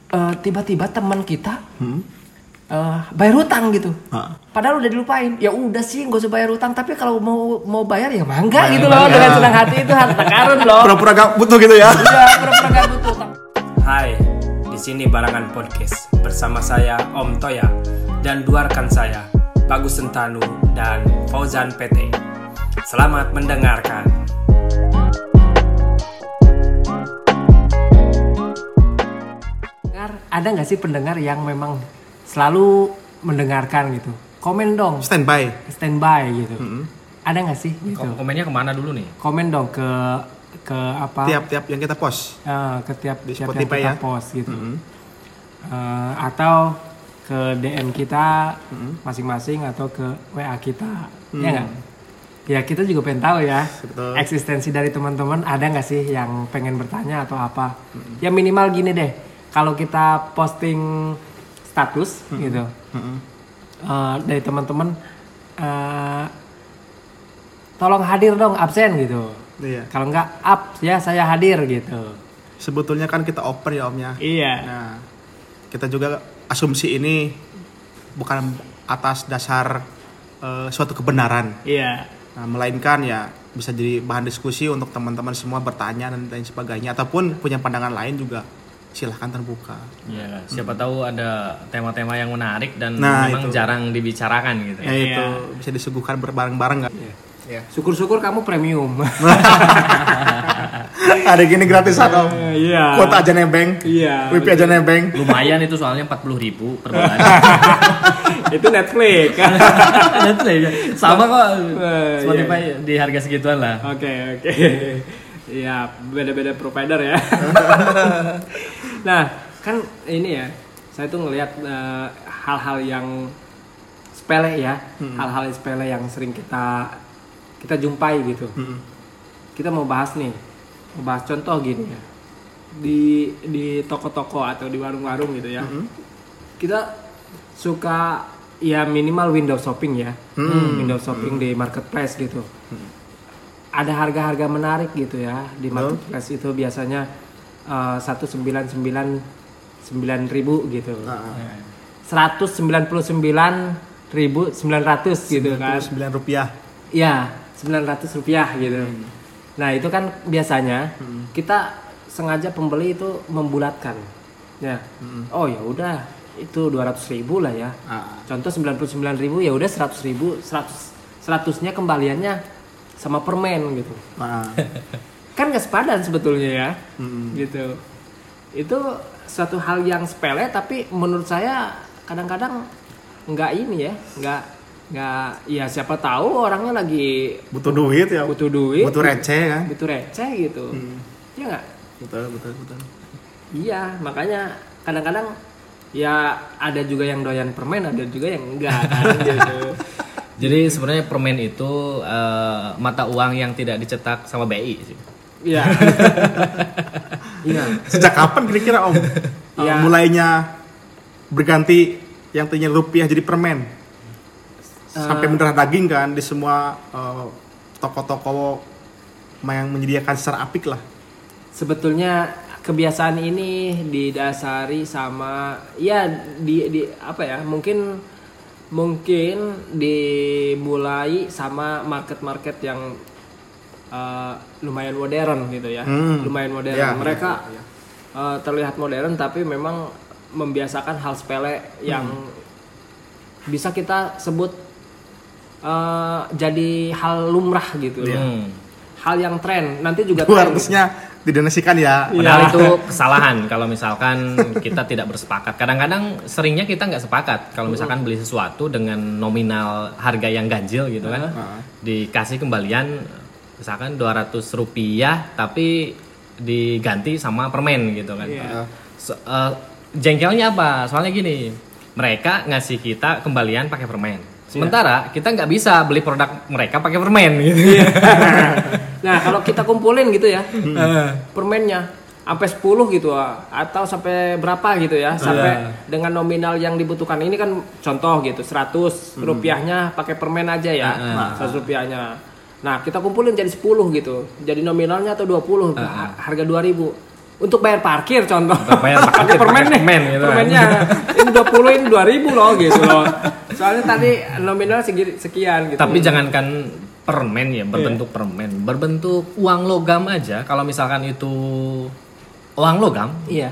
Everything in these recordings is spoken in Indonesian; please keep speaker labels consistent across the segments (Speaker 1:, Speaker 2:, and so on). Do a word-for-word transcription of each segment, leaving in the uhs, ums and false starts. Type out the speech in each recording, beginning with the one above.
Speaker 1: uh, tiba-tiba teman kita hmm? uh, bayar hutang gitu. Ha. Padahal udah dilupain. Ya udah sih nggak usah bayar hutang, tapi kalau mau mau bayar ya mangga bayar, gitu loh bayar. Dengan senang hati itu harta karun loh.
Speaker 2: Pura-pura gak butuh gitu ya.
Speaker 1: Iya, pura-pura gak butuh.
Speaker 3: Hai, di sini Barangan Podcast bersama saya Om Toya dan dua rekan saya Bagus Sentanu dan Fauzan P T. Selamat mendengarkan.
Speaker 1: Ada nggak sih pendengar yang memang selalu mendengarkan gitu? Komen dong.
Speaker 2: Standby.
Speaker 1: Standby gitu.
Speaker 2: Mm-hmm.
Speaker 1: Ada nggak sih? Gitu.
Speaker 3: Komennya kemana dulu nih?
Speaker 1: Komen dong ke ke apa?
Speaker 2: Tiap-tiap yang kita post.
Speaker 1: Uh, ke tiap
Speaker 2: di
Speaker 1: tiap
Speaker 2: Spotify
Speaker 1: yang kita
Speaker 2: ya?
Speaker 1: post gitu.
Speaker 2: Mm-hmm.
Speaker 1: Uh, atau ke D M kita
Speaker 2: mm-hmm.
Speaker 1: masing-masing atau ke W A kita, mm. ya nggak? Ya kita juga pengen tahu ya. Betul. Eksistensi dari teman-teman ada nggak sih yang pengen bertanya atau apa? Mm-hmm. Ya minimal gini deh. Kalau kita posting status mm-hmm. gitu, mm-hmm. Uh, dari teman-teman, uh, tolong hadir dong absen gitu.
Speaker 2: Iya.
Speaker 1: Kalau nggak up ya saya hadir gitu.
Speaker 2: Sebetulnya kan kita open ya Om ya.
Speaker 1: Iya.
Speaker 2: Nah, kita juga asumsi ini bukan atas dasar uh, suatu kebenaran.
Speaker 1: Iya.
Speaker 2: Nah, melainkan ya bisa jadi bahan diskusi untuk teman-teman semua bertanya dan lain sebagainya, ataupun punya pandangan lain juga. Silahkan terbuka.
Speaker 3: Ya, siapa hmm. tahu ada tema-tema yang menarik dan
Speaker 2: nah,
Speaker 3: memang itu. jarang dibicarakan gitu.
Speaker 2: Ya, ya itu ya. Bisa disuguhkan bareng-bareng nggak? Ya.
Speaker 1: Ya. Syukur-syukur kamu premium.
Speaker 2: Ada gini gratisan Om.
Speaker 1: Iya.
Speaker 2: Kuota aja nebeng.
Speaker 1: Iya.
Speaker 2: Wifi aja nebeng.
Speaker 3: Lumayan itu soalnya empat puluh ribu per bulan.
Speaker 1: Itu Netflix.
Speaker 3: Netflix. Sama kok. Spotify iya. Di harga segituan lah.
Speaker 1: Oke, okay, oke. Okay. Iya, beda-beda provider ya. Nah, kan ini ya, saya tuh ngelihat uh, hal-hal yang sepele ya, hmm. hal-hal sepele yang sering kita kita jumpai gitu. Hmm. Kita mau bahas nih, mau bahas contoh gini ya, di di toko-toko atau di warung-warung gitu ya. Hmm. Kita suka ya minimal window shopping ya, hmm. window shopping hmm. di marketplace gitu. Hmm. Ada harga-harga menarik gitu ya di marketplace oh. itu biasanya seratus sembilan puluh sembilan sembilan ribu gitu, seratus sembilan puluh sembilan ribu sembilan ratus gitu kan,
Speaker 2: sembilan rupiah,
Speaker 1: ya sembilan ratus rupiah gitu. Hmm. Nah itu kan biasanya hmm. kita sengaja pembeli itu membulatkan, ya, hmm. oh ya udah itu dua ratus ribu lah ya, ah. contoh sembilan puluh sembilan ribu ya udah seratus ribu, seratus seratusnya kembaliannya sama permen gitu, ah. kan nggak sepadan sebetulnya ya, hmm. gitu. Itu suatu hal yang sepele tapi menurut saya kadang-kadang nggak ini ya, nggak nggak ya siapa tahu orangnya lagi
Speaker 2: butuh duit ya,
Speaker 1: butuh duit,
Speaker 2: butuh receh kan,
Speaker 1: butuh receh gitu, hmm. ya nggak?
Speaker 2: Betul betul betul.
Speaker 1: Iya makanya kadang-kadang ya ada juga yang doyan permen, ada juga yang enggak kan gitu.
Speaker 3: Jadi sebenarnya permen itu uh, mata uang yang tidak dicetak sama B I sih.
Speaker 1: Iya. Iya.
Speaker 2: Sejak kapan kira-kira Om ya. uh, mulainya berganti yang tadinya rupiah jadi permen? Uh, Sampai mendarah daging kan di semua uh, toko-toko yang menyediakan secara apik lah.
Speaker 1: Sebetulnya kebiasaan ini didasari sama ya di di apa ya? Mungkin Mungkin dimulai sama market-market yang uh, lumayan modern gitu ya, hmm. lumayan modern. Ya, Mereka ya, ya. Uh, terlihat modern tapi memang membiasakan hal sepele yang hmm. bisa kita sebut uh, jadi hal lumrah gitu, ya. Hmm. Hal yang tren. Nanti juga
Speaker 2: harusnya didonasikan ya.
Speaker 3: Padahal itu kesalahan kalau misalkan kita tidak bersepakat. Kadang-kadang seringnya kita nggak sepakat kalau misalkan beli sesuatu dengan nominal harga yang ganjil gitu kan, uh-huh. dikasih kembalian misalkan dua ratus rupiah tapi diganti sama permen gitu kan. Yeah. So, uh, jengkelnya apa? Soalnya gini, mereka ngasih kita kembalian pakai permen. Sementara kita nggak bisa beli produk mereka pakai permen gitu.
Speaker 1: Nah kalau kita kumpulin gitu ya hmm. permennya sampai sepuluh gitu atau sampai berapa gitu ya, sampai yeah. dengan nominal yang dibutuhkan ini kan contoh gitu seratus hmm. rupiahnya pakai permen aja ya, uh-huh. seratus rupiahnya. Nah kita kumpulin jadi sepuluh gitu, jadi nominalnya atau dua puluh, uh-huh. harga dua ribu. untuk bayar parkir contoh.
Speaker 3: Untuk bayar parkir,
Speaker 1: permen nih.
Speaker 3: permen gitu.
Speaker 1: Permennya ini dua puluh ini dua ribu loh gitu loh. Soalnya tadi nominal segi- sekian gitu.
Speaker 3: Tapi jangankan permen ya, berbentuk permen, berbentuk uang logam aja. Kalau misalkan itu uang logam,
Speaker 1: Iya.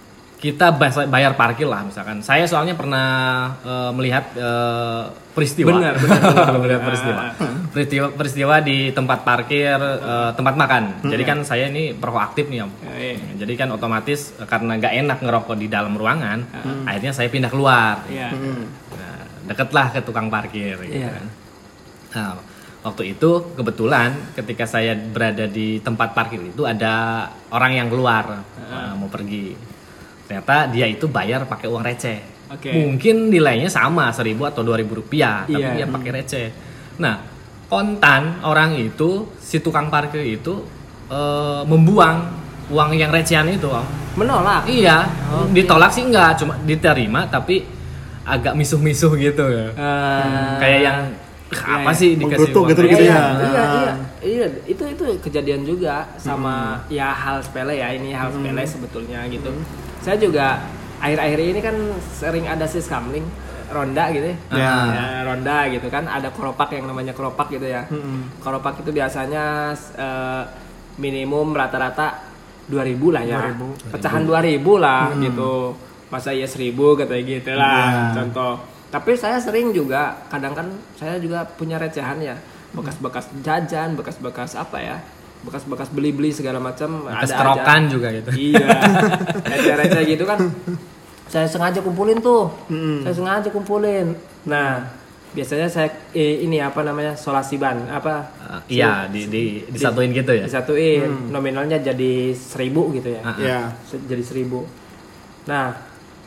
Speaker 3: kita bas- bayar parkir lah misalkan. Saya soalnya pernah eh, melihat eh, peristiwa.
Speaker 1: Benar, benar, benar.
Speaker 3: melihat peristiwa. peristiwa. Peristiwa di tempat parkir, eh, tempat makan. Jadi kan saya ini proaktif nih Om.
Speaker 1: Iya.
Speaker 3: Jadi kan otomatis eh, karena gak enak ngerokok di dalam ruangan, akhirnya saya pindah keluar.
Speaker 1: Iya.
Speaker 3: Nah, deketlah ke tukang parkir. Gitu
Speaker 1: Iya.
Speaker 3: kan. Nah, waktu itu kebetulan ketika saya berada di tempat parkir itu ada orang yang keluar uh, mau pergi. Ternyata dia itu bayar pakai uang receh.
Speaker 1: Oke.
Speaker 3: Mungkin nilainya sama seribu atau dua ribu rupiah, tapi
Speaker 1: Iya.
Speaker 3: dia pakai receh. Nah, kontan orang itu si tukang parkir itu uh, membuang uang yang recehan itu. Om.
Speaker 1: Menolak.
Speaker 3: Iya,
Speaker 1: Oke.
Speaker 3: ditolak sih enggak, cuma diterima tapi agak misuh-misuh gitu ya.
Speaker 1: Eh,
Speaker 3: Kayak yang apa
Speaker 1: iya,
Speaker 3: sih dikasih
Speaker 2: Menggerutu
Speaker 3: uang
Speaker 2: gitu,
Speaker 3: receh?
Speaker 2: gitu ya.
Speaker 1: Iya, iya, iya, itu itu kejadian juga sama ya hal sepele ya ini hal sepele sebetulnya gitu. Saya juga akhir-akhir ini kan sering ada siskamling ronda gitu ya.
Speaker 2: Ya.
Speaker 1: Ya, ronda gitu kan ada keropak yang namanya keropak gitu ya. Keropak itu biasanya eh, minimum rata-rata dua ribu lah ya.
Speaker 2: dua ribu.
Speaker 1: Pecahan dua ribu lah gitu. Masa ya seribu katanya gitu lah
Speaker 2: Ya.
Speaker 1: contoh. Tapi saya sering juga, kadang kan saya juga punya recehan ya, bekas-bekas jajan, bekas-bekas apa ya, bekas-bekas beli-beli segala macam.
Speaker 3: Bekas
Speaker 1: ada
Speaker 3: kerokan
Speaker 1: aja.
Speaker 3: juga gitu.
Speaker 1: Iya, receh-receh gitu kan. Saya sengaja kumpulin tuh, saya sengaja kumpulin. Nah, biasanya saya eh, ini apa namanya solasi ban, apa?
Speaker 3: Uh, iya, di, di, disatuin gitu ya.
Speaker 1: Disatuin, nominalnya jadi seribu gitu ya,
Speaker 3: Ah.
Speaker 2: Ya.
Speaker 1: Se- jadi seribu. Nah,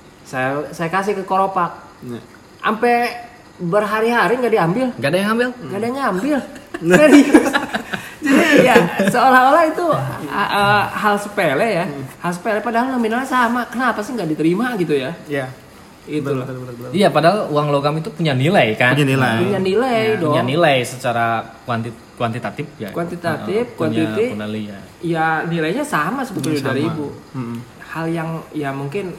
Speaker 1: saya saya kasih ke keropak.
Speaker 2: Nah.
Speaker 1: Sampai berhari-hari nggak diambil,
Speaker 3: Gak ada yang ngambil?
Speaker 1: nggak ada yang ngambil. Serius. Jadi ya seolah-olah itu uh, uh, hal sepele ya, hal sepele padahal nominalnya sama. Kenapa sih nggak diterima gitu ya?
Speaker 2: Ya.
Speaker 1: Itu loh.
Speaker 3: Iya, padahal uang logam itu punya nilai kan?
Speaker 2: Punya nilai.
Speaker 1: Punya nilai dong.
Speaker 3: Punya nilai secara kuanti, kuantitatif ya.
Speaker 1: Kuantitatif,
Speaker 3: Uh, punya,
Speaker 1: kuantiti.
Speaker 3: punya nilai.
Speaker 1: Ya nilainya sama sebetulnya
Speaker 2: Sama.
Speaker 1: dari ibu.
Speaker 2: Mm-mm.
Speaker 1: Hal yang ya mungkin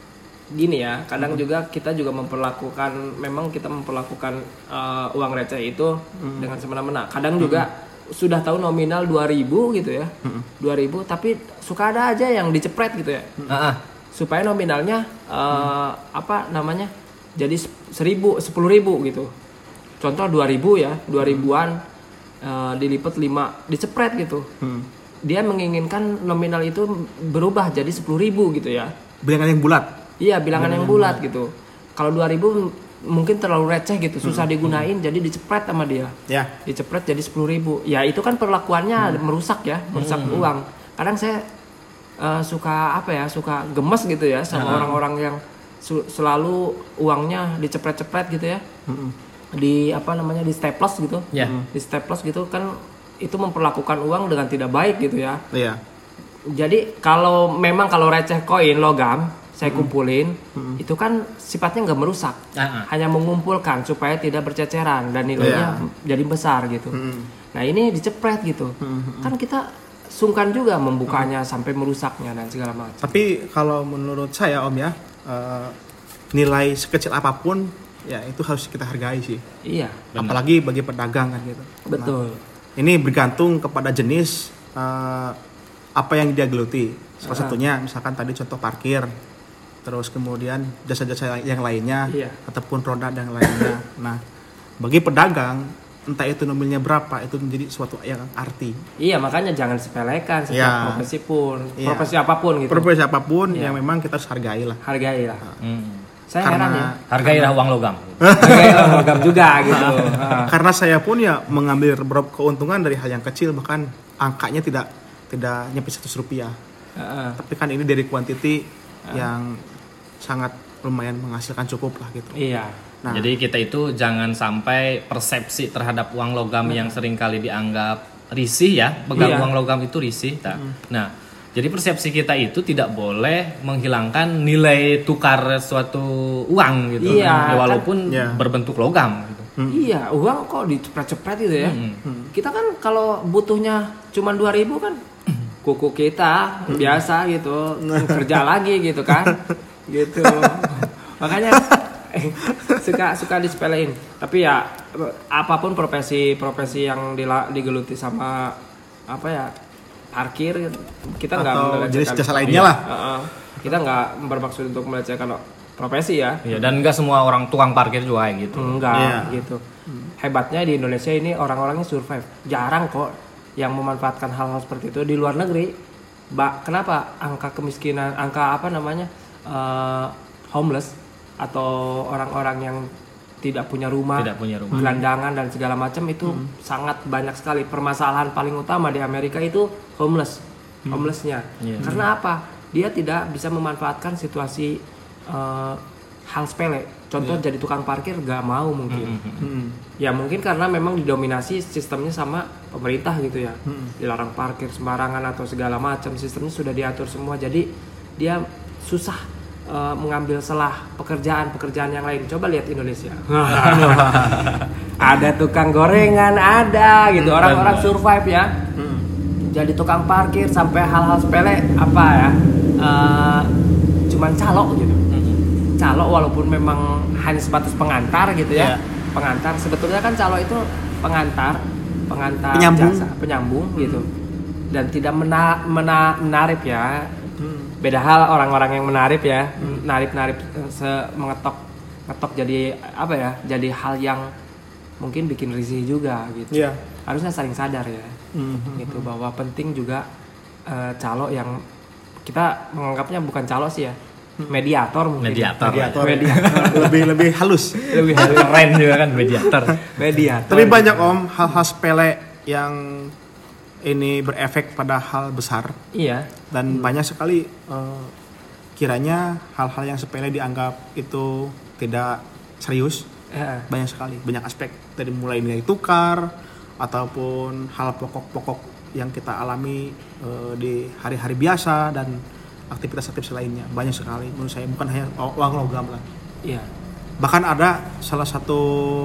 Speaker 1: gini ya, kadang juga kita juga memperlakukan, memang kita memperlakukan uh, uang receh itu dengan semena-mena. Kadang juga sudah tahu nominal dua ribu gitu ya, dua ribu, tapi suka ada aja yang dicepret gitu ya,
Speaker 3: Ah, ah.
Speaker 1: supaya nominalnya uh, apa namanya jadi seribu, sepuluh ribu gitu. Contoh dua ribu ya, dua ribuan uh, dilipat lima, dicepret gitu. Dia menginginkan nominal itu berubah jadi sepuluh ribu gitu ya.
Speaker 2: Bilangan yang bulat.
Speaker 1: Iya, bilangan yang bulat gitu. Kalau dua ribu mungkin terlalu receh gitu, susah digunain, jadi dicepret sama dia.
Speaker 2: Ya.
Speaker 1: Dicepret jadi sepuluh ribu. Ya itu kan perlakuannya merusak ya, merusak uang. Kadang saya uh, suka apa ya, suka gemes gitu ya sama orang-orang yang su- selalu uangnya dicepret-cepret gitu ya. Di apa namanya, di staples gitu.
Speaker 3: Ya.
Speaker 1: Di staples gitu kan itu memperlakukan uang dengan tidak baik gitu ya.
Speaker 2: Iya.
Speaker 1: Jadi kalau memang kalau receh koin logam saya kumpulin, itu kan sifatnya nggak merusak,
Speaker 3: Ah, ah.
Speaker 1: hanya mengumpulkan supaya tidak berceceran dan nilainya jadi besar gitu. Nah ini dicepret gitu, kan kita sungkan juga membukanya sampai merusaknya dan segala macam.
Speaker 2: Tapi kalau menurut saya Om ya, eh, nilai sekecil apapun ya itu harus kita hargai sih.
Speaker 1: Iya,
Speaker 2: Apalagi bagi pedagang kan gitu.
Speaker 1: betul.
Speaker 2: Nah, ini bergantung kepada jenis eh, apa yang dia geluti. Salah satunya misalkan tadi contoh parkir, terus kemudian jasa-jasa yang lainnya,
Speaker 1: Iya.
Speaker 2: ataupun roda dan lainnya. Nah, bagi pedagang entah itu nominalnya berapa itu menjadi suatu yang arti.
Speaker 1: Iya, makanya jangan sepelekan setiap
Speaker 2: Iya.
Speaker 1: profesi pun,
Speaker 2: Iya.
Speaker 1: profesi apapun gitu.
Speaker 2: Profesi apapun
Speaker 1: Iya.
Speaker 2: yang memang kita harus hargai lah.
Speaker 1: Hargai lah.
Speaker 3: Hmm.
Speaker 1: Saya
Speaker 2: Karena-
Speaker 1: heran ya.
Speaker 3: Hargailah uang logam.
Speaker 1: Hargai logam juga gitu. Ah.
Speaker 2: Karena saya pun ya mengambil beberapa keuntungan dari hal yang kecil, bahkan angkanya tidak tidak nyampe seratus rupiah.
Speaker 1: Ah.
Speaker 2: Tapi kan ini dari kuantiti yang sangat lumayan menghasilkan cukup lah gitu.
Speaker 1: Iya.
Speaker 2: Nah,
Speaker 3: Jadi kita itu jangan sampai persepsi terhadap uang logam yang seringkali dianggap risih ya, pegang
Speaker 1: Iya.
Speaker 3: uang logam itu risih. tak? Nah, jadi persepsi kita itu tidak boleh menghilangkan nilai tukar suatu uang gitu,
Speaker 1: Iya,
Speaker 3: ya, walaupun
Speaker 2: kan- Iya.
Speaker 3: berbentuk logam. Gitu.
Speaker 1: Iya, uang kok dicepret-cepret gitu ya.
Speaker 3: Hmm.
Speaker 1: Kita kan kalau butuhnya cuma dua ribu kan kuku kita biasa gitu kerja lagi gitu kan gitu makanya suka suka disepelein tapi ya apapun profesi profesi yang dila, digeluti sama apa ya parkir kita nggak
Speaker 2: atau jenis jasa lainnya lah
Speaker 1: uh, uh, kita nggak bermaksud untuk melecehkan profesi ya
Speaker 3: iya, dan nggak semua orang tukang parkir juga kayak gitu
Speaker 1: enggak
Speaker 2: yeah.
Speaker 1: gitu hebatnya di Indonesia ini orang-orangnya survive jarang kok yang memanfaatkan hal-hal seperti itu di luar negeri ba, kenapa angka kemiskinan angka apa namanya uh, homeless atau orang-orang yang tidak punya rumah,
Speaker 3: tidak punya rumah,
Speaker 1: gelandangan dan segala macam itu hmm. sangat banyak sekali. Permasalahan paling utama di Amerika itu homeless, hmm. homelessnya. Yeah. Karena apa? Dia tidak bisa memanfaatkan situasi uh, hal sepele. Contoh yeah. jadi tukang parkir gak mau mungkin. Hmm. Hmm. Ya mungkin karena memang didominasi sistemnya sama pemerintah gitu ya. Hmm. Dilarang parkir sembarangan atau segala macam. Sistemnya sudah diatur semua. Jadi dia susah Uh, mengambil selah pekerjaan-pekerjaan yang lain. Coba lihat Indonesia. Ada tukang gorengan, ada gitu. Orang-orang survive ya. Hmm. Jadi tukang parkir sampai hal-hal sepele apa ya? Uh, cuman calo gitu. Hmm. Calo walaupun memang hanya sebatas pengantar gitu ya. Yeah. Pengantar. Sebetulnya kan calo itu pengantar, pengantar
Speaker 2: penyambung.
Speaker 1: jasa, penyambung gitu. Dan tidak mena- mena- menarik ya. Beda hal orang-orang yang menarip ya, hmm. narip-narip se- mengetok ngetok jadi apa ya? Jadi hal yang mungkin bikin risih juga gitu.
Speaker 2: Yeah.
Speaker 1: Harusnya saling sadar ya. Mm-hmm. Gitu bahwa penting juga uh, calo yang kita menganggapnya bukan calo sih ya. Mediator mungkin.
Speaker 3: Mediator.
Speaker 2: Mediator.
Speaker 1: Mediator.
Speaker 2: lebih lebih halus.
Speaker 1: Lebih halus.
Speaker 3: Keren juga kan mediator.
Speaker 1: Mediator.
Speaker 2: Tapi banyak Om hal-hal sepele yang ini berefek pada hal besar.
Speaker 1: Iya.
Speaker 2: Dan
Speaker 1: hmm.
Speaker 2: banyak sekali uh, kiranya hal-hal yang sepele dianggap itu tidak serius.
Speaker 1: Uh.
Speaker 2: Banyak sekali, banyak aspek dari mulai nilai tukar ataupun hal pokok-pokok yang kita alami uh, di hari-hari biasa dan aktivitas-aktivitas lainnya. Banyak sekali menurut saya, bukan hanya uang logam lah.
Speaker 1: Iya.
Speaker 2: Bahkan ada salah satu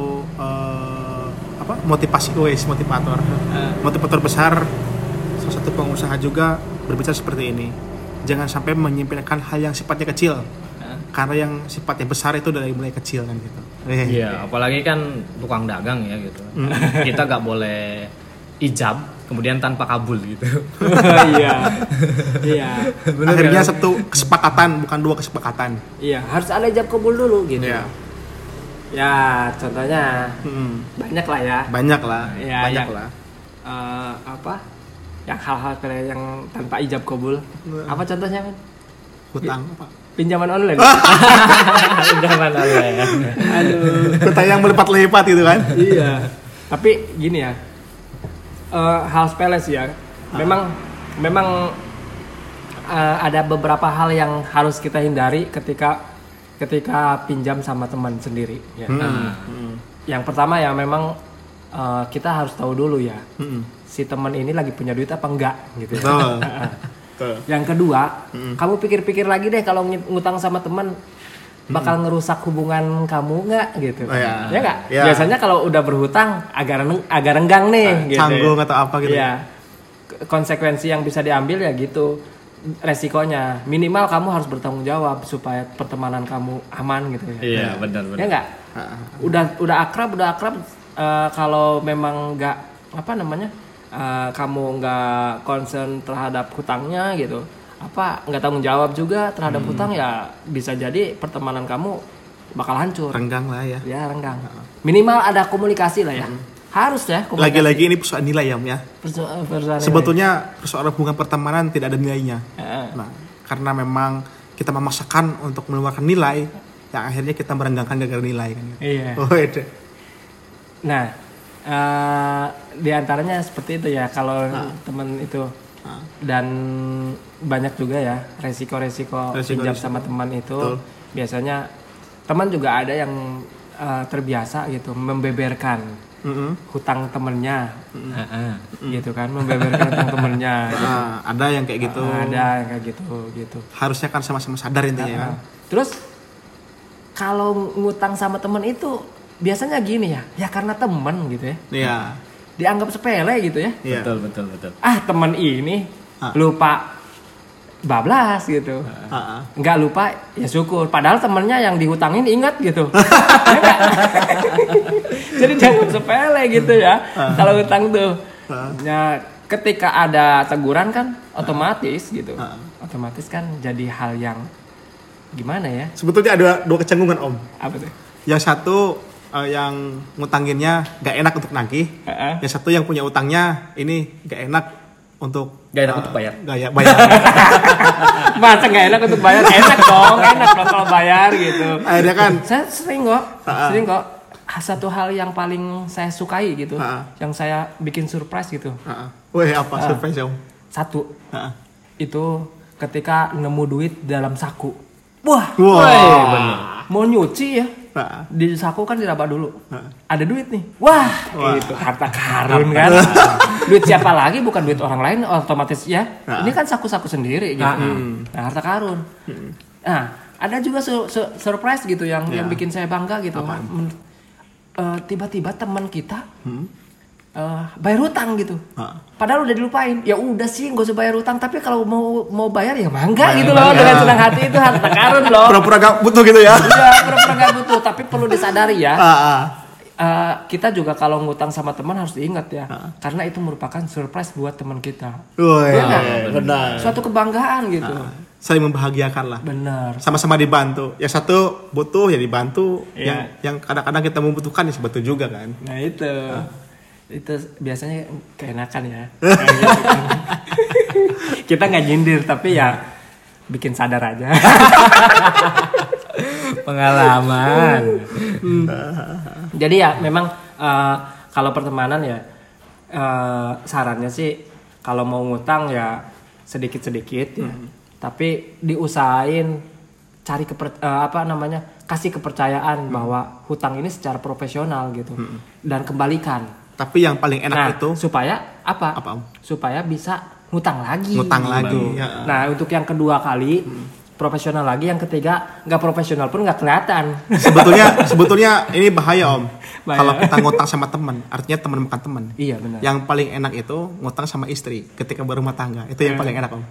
Speaker 2: uh, apa motivasi wes motivator uh. motivator besar, salah satu pengusaha juga berbicara seperti ini, jangan sampai menyimpulkan hal yang sifatnya kecil uh. karena yang sifatnya besar itu dari mulai kecil kan gitu.
Speaker 3: Iya, apalagi kan tukang dagang ya gitu. Kita nggak boleh ijab kemudian tanpa kabul gitu.
Speaker 1: Iya. Iya.
Speaker 2: Akhirnya satu kesepakatan bukan dua kesepakatan.
Speaker 1: Iya, harus ada ijab kabul dulu gitu.
Speaker 2: Iya.
Speaker 1: Ya, contohnya
Speaker 2: hmm.
Speaker 1: banyak lah ya.
Speaker 2: Banyak lah.
Speaker 1: Ya,
Speaker 2: banyak
Speaker 1: yang,
Speaker 2: lah.
Speaker 1: Uh, apa? Yang hal-hal kayak yang tanpa ijab kabul. Hmm. Apa contohnya, kan?
Speaker 2: Hutang apa?
Speaker 1: Pinjaman online.
Speaker 3: Pinjaman online.
Speaker 2: Aduh, hutang yang melipat-lipat gitu kan?
Speaker 1: Iya. Tapi gini ya. Uh, hal sepele sih ya. Memang ah. memang uh, ada beberapa hal yang harus kita hindari ketika ketika pinjam sama teman sendiri ya. Hmm. Nah, hmm. Yang pertama ya memang uh, kita harus tahu dulu ya. Hmm. Si teman ini lagi punya duit apa enggak gitu.
Speaker 2: Betul.
Speaker 1: Betul. Yang kedua, hmm. kamu pikir-pikir lagi deh kalau ngutang sama teman bakal hmm. ngerusak hubungan kamu nggak gitu. Oh, ya. Ya nggak? Ya. Biasanya kalau udah berhutang agak reng- agak renggang nih uh, gitu.
Speaker 2: Canggung atau apa gitu.
Speaker 1: Ya. Konsekuensi yang bisa diambil ya gitu. Resikonya minimal kamu harus bertanggung jawab supaya pertemanan kamu aman gitu ya.
Speaker 3: Iya, benar benar.
Speaker 1: Ya nggak? Udah udah akrab, udah akrab uh, kalau memang nggak apa namanya? Uh, kamu nggak concern terhadap hutangnya gitu. Apa nggak tanggung jawab juga terhadap hmm. hutang ya bisa jadi pertemanan kamu bakal hancur.
Speaker 2: Renggang lah ya.
Speaker 1: Ya, renggang. Minimal ada komunikasi lah ya. Hmm. Harus ya komunikasi.
Speaker 2: Lagi-lagi ini persoalan nilai ya, Om ya.
Speaker 1: Perso- persoalan
Speaker 2: Sebetulnya nilai. Persoalan hubungan pertemanan tidak ada nilainya.
Speaker 1: Uh.
Speaker 2: Nah, karena memang kita memaksakan untuk mengeluarkan nilai, yang akhirnya kita merenggangkan gara-gara nilai kan.
Speaker 1: Iya.
Speaker 2: Oh, itu.
Speaker 1: Nah, uh, di antaranya seperti itu ya kalau uh. teman itu uh. dan banyak juga ya resiko-resiko pinjam sama teman itu. Betul. Biasanya teman juga ada yang uh, terbiasa gitu membeberkan Mm-hmm. hutang temennya, mm-hmm. gitu kan, membeberkan hutang temennya. Gitu.
Speaker 2: Nah, ada yang kayak gitu.
Speaker 1: Uh, ada yang kayak gitu, gitu.
Speaker 2: Harusnya kan sama-sama sadar intinya uh, kan.
Speaker 1: Terus kalau ngutang sama temen itu biasanya gini ya, ya karena temen gitu ya.
Speaker 2: Iya.
Speaker 1: Dianggap sepele gitu ya.
Speaker 2: Iya.
Speaker 3: Betul betul betul.
Speaker 1: Ah temen ini
Speaker 2: Ah.
Speaker 1: lupa bablas gitu.
Speaker 2: Ah, ah.
Speaker 1: Nggak lupa ya syukur. Padahal temennya yang dihutangin ingat gitu. Jadi jangan sepele gitu ya.
Speaker 2: Ah.
Speaker 1: Kalau hutang tuh.
Speaker 2: Ah.
Speaker 1: Ya ketika ada teguran kan otomatis gitu.
Speaker 2: Ah.
Speaker 1: Otomatis kan jadi hal yang gimana ya?
Speaker 2: Sebetulnya ada dua kecanggungan Om.
Speaker 1: Apa tuh?
Speaker 2: Yang satu uh, yang ngutanginnya gak enak untuk nagih.
Speaker 1: Uh-uh.
Speaker 2: Yang satu yang punya utangnya ini gak enak untuk
Speaker 3: Gak enak
Speaker 2: uh,
Speaker 3: untuk bayar.
Speaker 2: Gak ya bayar.
Speaker 1: Masa nggak enak untuk bayar? Enak dong, enak dong kalau bayar gitu.
Speaker 2: Akhirnya kan.
Speaker 1: Saya sering kok,
Speaker 2: Uh-uh.
Speaker 1: sering kok. Satu hal yang paling saya sukai gitu,
Speaker 2: Uh-uh.
Speaker 1: yang saya bikin surprise gitu.
Speaker 2: Uh-uh. Weh apa
Speaker 1: Uh.
Speaker 2: surprise Om?
Speaker 1: Satu,
Speaker 2: Uh-uh.
Speaker 1: itu ketika nemu duit dalam saku. Wah,
Speaker 2: Wah.
Speaker 3: Wih, bener.
Speaker 1: mau nyuci ya,
Speaker 2: Uh-uh.
Speaker 1: di saku kan diraba dulu.
Speaker 2: Uh-uh.
Speaker 1: Ada duit nih. Wah,
Speaker 2: Wah.
Speaker 1: itu harta karun kan. Duit siapa lagi, bukan duit orang lain, otomatis ya.
Speaker 2: Nah.
Speaker 1: Ini kan saku-saku sendiri gitu. Nah, harta karun. Nah, ada juga su- su- surprise gitu yang
Speaker 2: Ya.
Speaker 1: yang bikin saya bangga gitu.
Speaker 2: Apaan?
Speaker 1: Men- eh, tiba-tiba teman kita
Speaker 2: Hmm?
Speaker 1: eh, bayar hutang gitu.
Speaker 2: Ah.
Speaker 1: Padahal udah dilupain. Ya udah sih, nggak usah bayar hutang. Tapi kalau mau mau bayar ya mangga
Speaker 2: Bayar,
Speaker 1: gitu loh.
Speaker 2: bayar.
Speaker 1: Dengan senang hati, itu harta karun loh.
Speaker 2: Pura-pura gak butuh gitu ya?
Speaker 1: Iya, pura-pura nggak butuh. Tapi perlu disadari ya.
Speaker 2: Ah, ah.
Speaker 1: Uh, kita juga kalau ngutang sama teman harus diingat ya,
Speaker 2: Ah.
Speaker 1: karena itu merupakan surprise buat teman kita.
Speaker 2: Wih,
Speaker 1: Iya kan?
Speaker 2: benar.
Speaker 1: Suatu kebanggaan gitu.
Speaker 2: Saling membahagiakan lah.
Speaker 1: Benar.
Speaker 2: Sama-sama dibantu. Yang satu butuh ya dibantu.
Speaker 1: Iya.
Speaker 2: Yang yang kadang-kadang kita membutuhkan ya sebetul juga kan.
Speaker 1: Nah itu, itu biasanya keenakan ya. Kayak gitu kan. Kita nggak nyindir tapi ya bikin sadar aja.
Speaker 3: Pengalaman.
Speaker 1: Jadi ya memang uh, kalau pertemanan ya uh, sarannya sih kalau mau ngutang ya sedikit-sedikit ya. Tapi diusahain cari keper, uh, apa namanya kasih kepercayaan bahwa hutang ini secara profesional gitu dan kembalikan.
Speaker 2: Tapi yang paling enak
Speaker 1: Nah,
Speaker 2: itu
Speaker 1: supaya apa?
Speaker 2: apa Om?
Speaker 1: Supaya bisa ngutang lagi.
Speaker 2: Ngutang lagi.
Speaker 1: Gitu.
Speaker 2: Ya.
Speaker 1: Nah untuk yang kedua kali profesional lagi, yang ketiga nggak profesional pun nggak kelihatan.
Speaker 2: Sebetulnya sebetulnya ini bahaya Om.
Speaker 1: Bahaya.
Speaker 2: Kalau kita ngutang sama teman, artinya teman bukan teman.
Speaker 1: Iya benar.
Speaker 2: Yang paling enak itu ngutang sama istri ketika berumah tangga. Itu yang paling enak Om.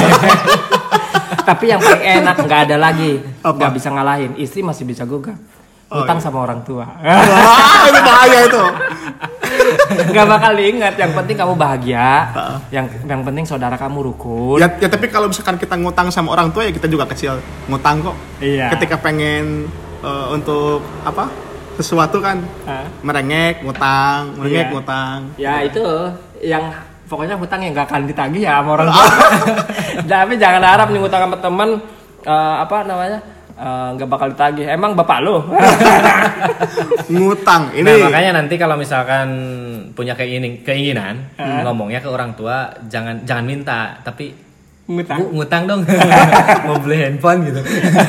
Speaker 1: Tapi yang paling enak nggak ada lagi,
Speaker 2: Apa?
Speaker 1: nggak bisa ngalahin. Istri masih bisa gugat.
Speaker 2: Oh,
Speaker 1: Utang
Speaker 2: iya.
Speaker 1: sama orang tua.
Speaker 2: Wah, itu bahaya itu.
Speaker 1: Nggak bakal diingat. Yang penting kamu bahagia. yang yang penting saudara kamu rukun.
Speaker 2: Ya, ya tapi kalau misalkan kita ngutang sama orang tua ya kita juga kecil ngutang kok.
Speaker 1: Iya.
Speaker 2: Ketika pengen eh, untuk apa? Sesuatu kan
Speaker 1: Hah?
Speaker 2: merengek, ngutang, merengek,
Speaker 1: Iya.
Speaker 2: ngutang.
Speaker 1: Ya itu yang pokoknya hutang yang nggak akan ditagih ya sama orang tua. Tapi jangan harap nih ngutang sama teman eh, apa namanya eh, nggak bakal ditagih. Emang bapak lo?
Speaker 2: Ngutang. Ini
Speaker 3: Nah makanya nanti kalau misalkan punya keinginan, keinginan ngomongnya ke orang tua jangan jangan minta tapi
Speaker 1: ngutang.
Speaker 3: Bu, ngutang dong mau beli handphone gitu.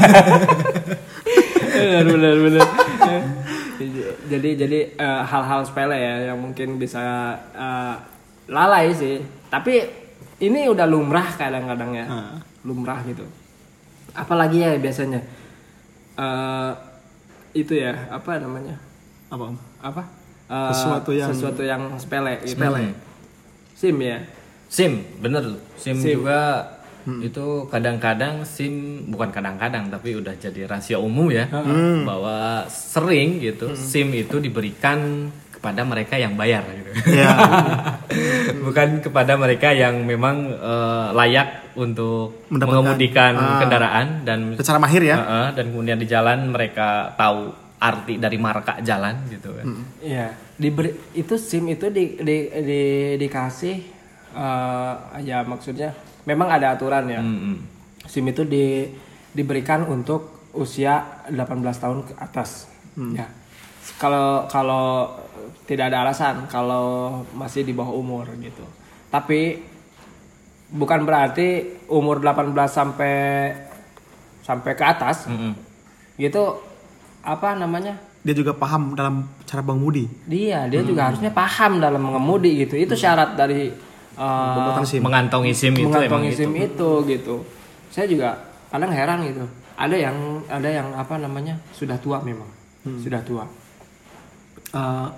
Speaker 1: benar benar benar. jadi jadi eh, hal-hal sepele ya yang mungkin bisa eh, lalai sih. Tapi ini udah lumrah kadang-kadang ya.
Speaker 2: Ah.
Speaker 1: Lumrah gitu. Apalagi ya biasanya eh, itu ya apa namanya?
Speaker 2: apa Om?
Speaker 1: Apa? Eh,
Speaker 2: Sesuatu yang-
Speaker 1: sesuatu yang sepele gitu.
Speaker 3: Sepele.
Speaker 1: SIM ya.
Speaker 3: SIM bener tuh. SIM,
Speaker 1: SIM.
Speaker 3: juga itu kadang-kadang SIM bukan kadang-kadang tapi udah jadi rahasia umum ya bahwa sering gitu SIM itu diberikan kepada mereka yang bayar gitu.
Speaker 2: Ya.
Speaker 3: Bukan kepada mereka yang memang eh, layak untuk
Speaker 2: Mendapatkan,
Speaker 3: mengemudikan
Speaker 2: ah.
Speaker 3: kendaraan dan
Speaker 2: Secara mahir ya.
Speaker 3: eh, eh, dan kemudian di jalan mereka tahu arti dari marka jalan gitu kan.
Speaker 1: Iya, diberi itu SIM itu di, di, di dikasih eh, ya maksudnya memang ada aturan ya.
Speaker 3: Mm-mm.
Speaker 1: SIM itu di diberikan untuk usia delapan belas tahun ke atas. Ya. Kalau kalau tidak ada alasan kalau masih di bawah umur gitu. Tapi bukan berarti umur delapan belas sampai sampai ke atas
Speaker 3: Mm-mm.
Speaker 1: gitu apa namanya?
Speaker 2: Dia juga paham dalam cara mengemudi.
Speaker 1: Dia, dia juga harusnya paham dalam mengemudi gitu. Itu syarat dari uh,
Speaker 2: Pembuatan SIM.
Speaker 3: Mengantongi SIM itu emang
Speaker 1: mengantongi
Speaker 3: gitu.
Speaker 1: SIM itu gitu. Saya juga kadang heran gitu. Ada yang ada yang apa namanya sudah tua memang, sudah tua. Uh,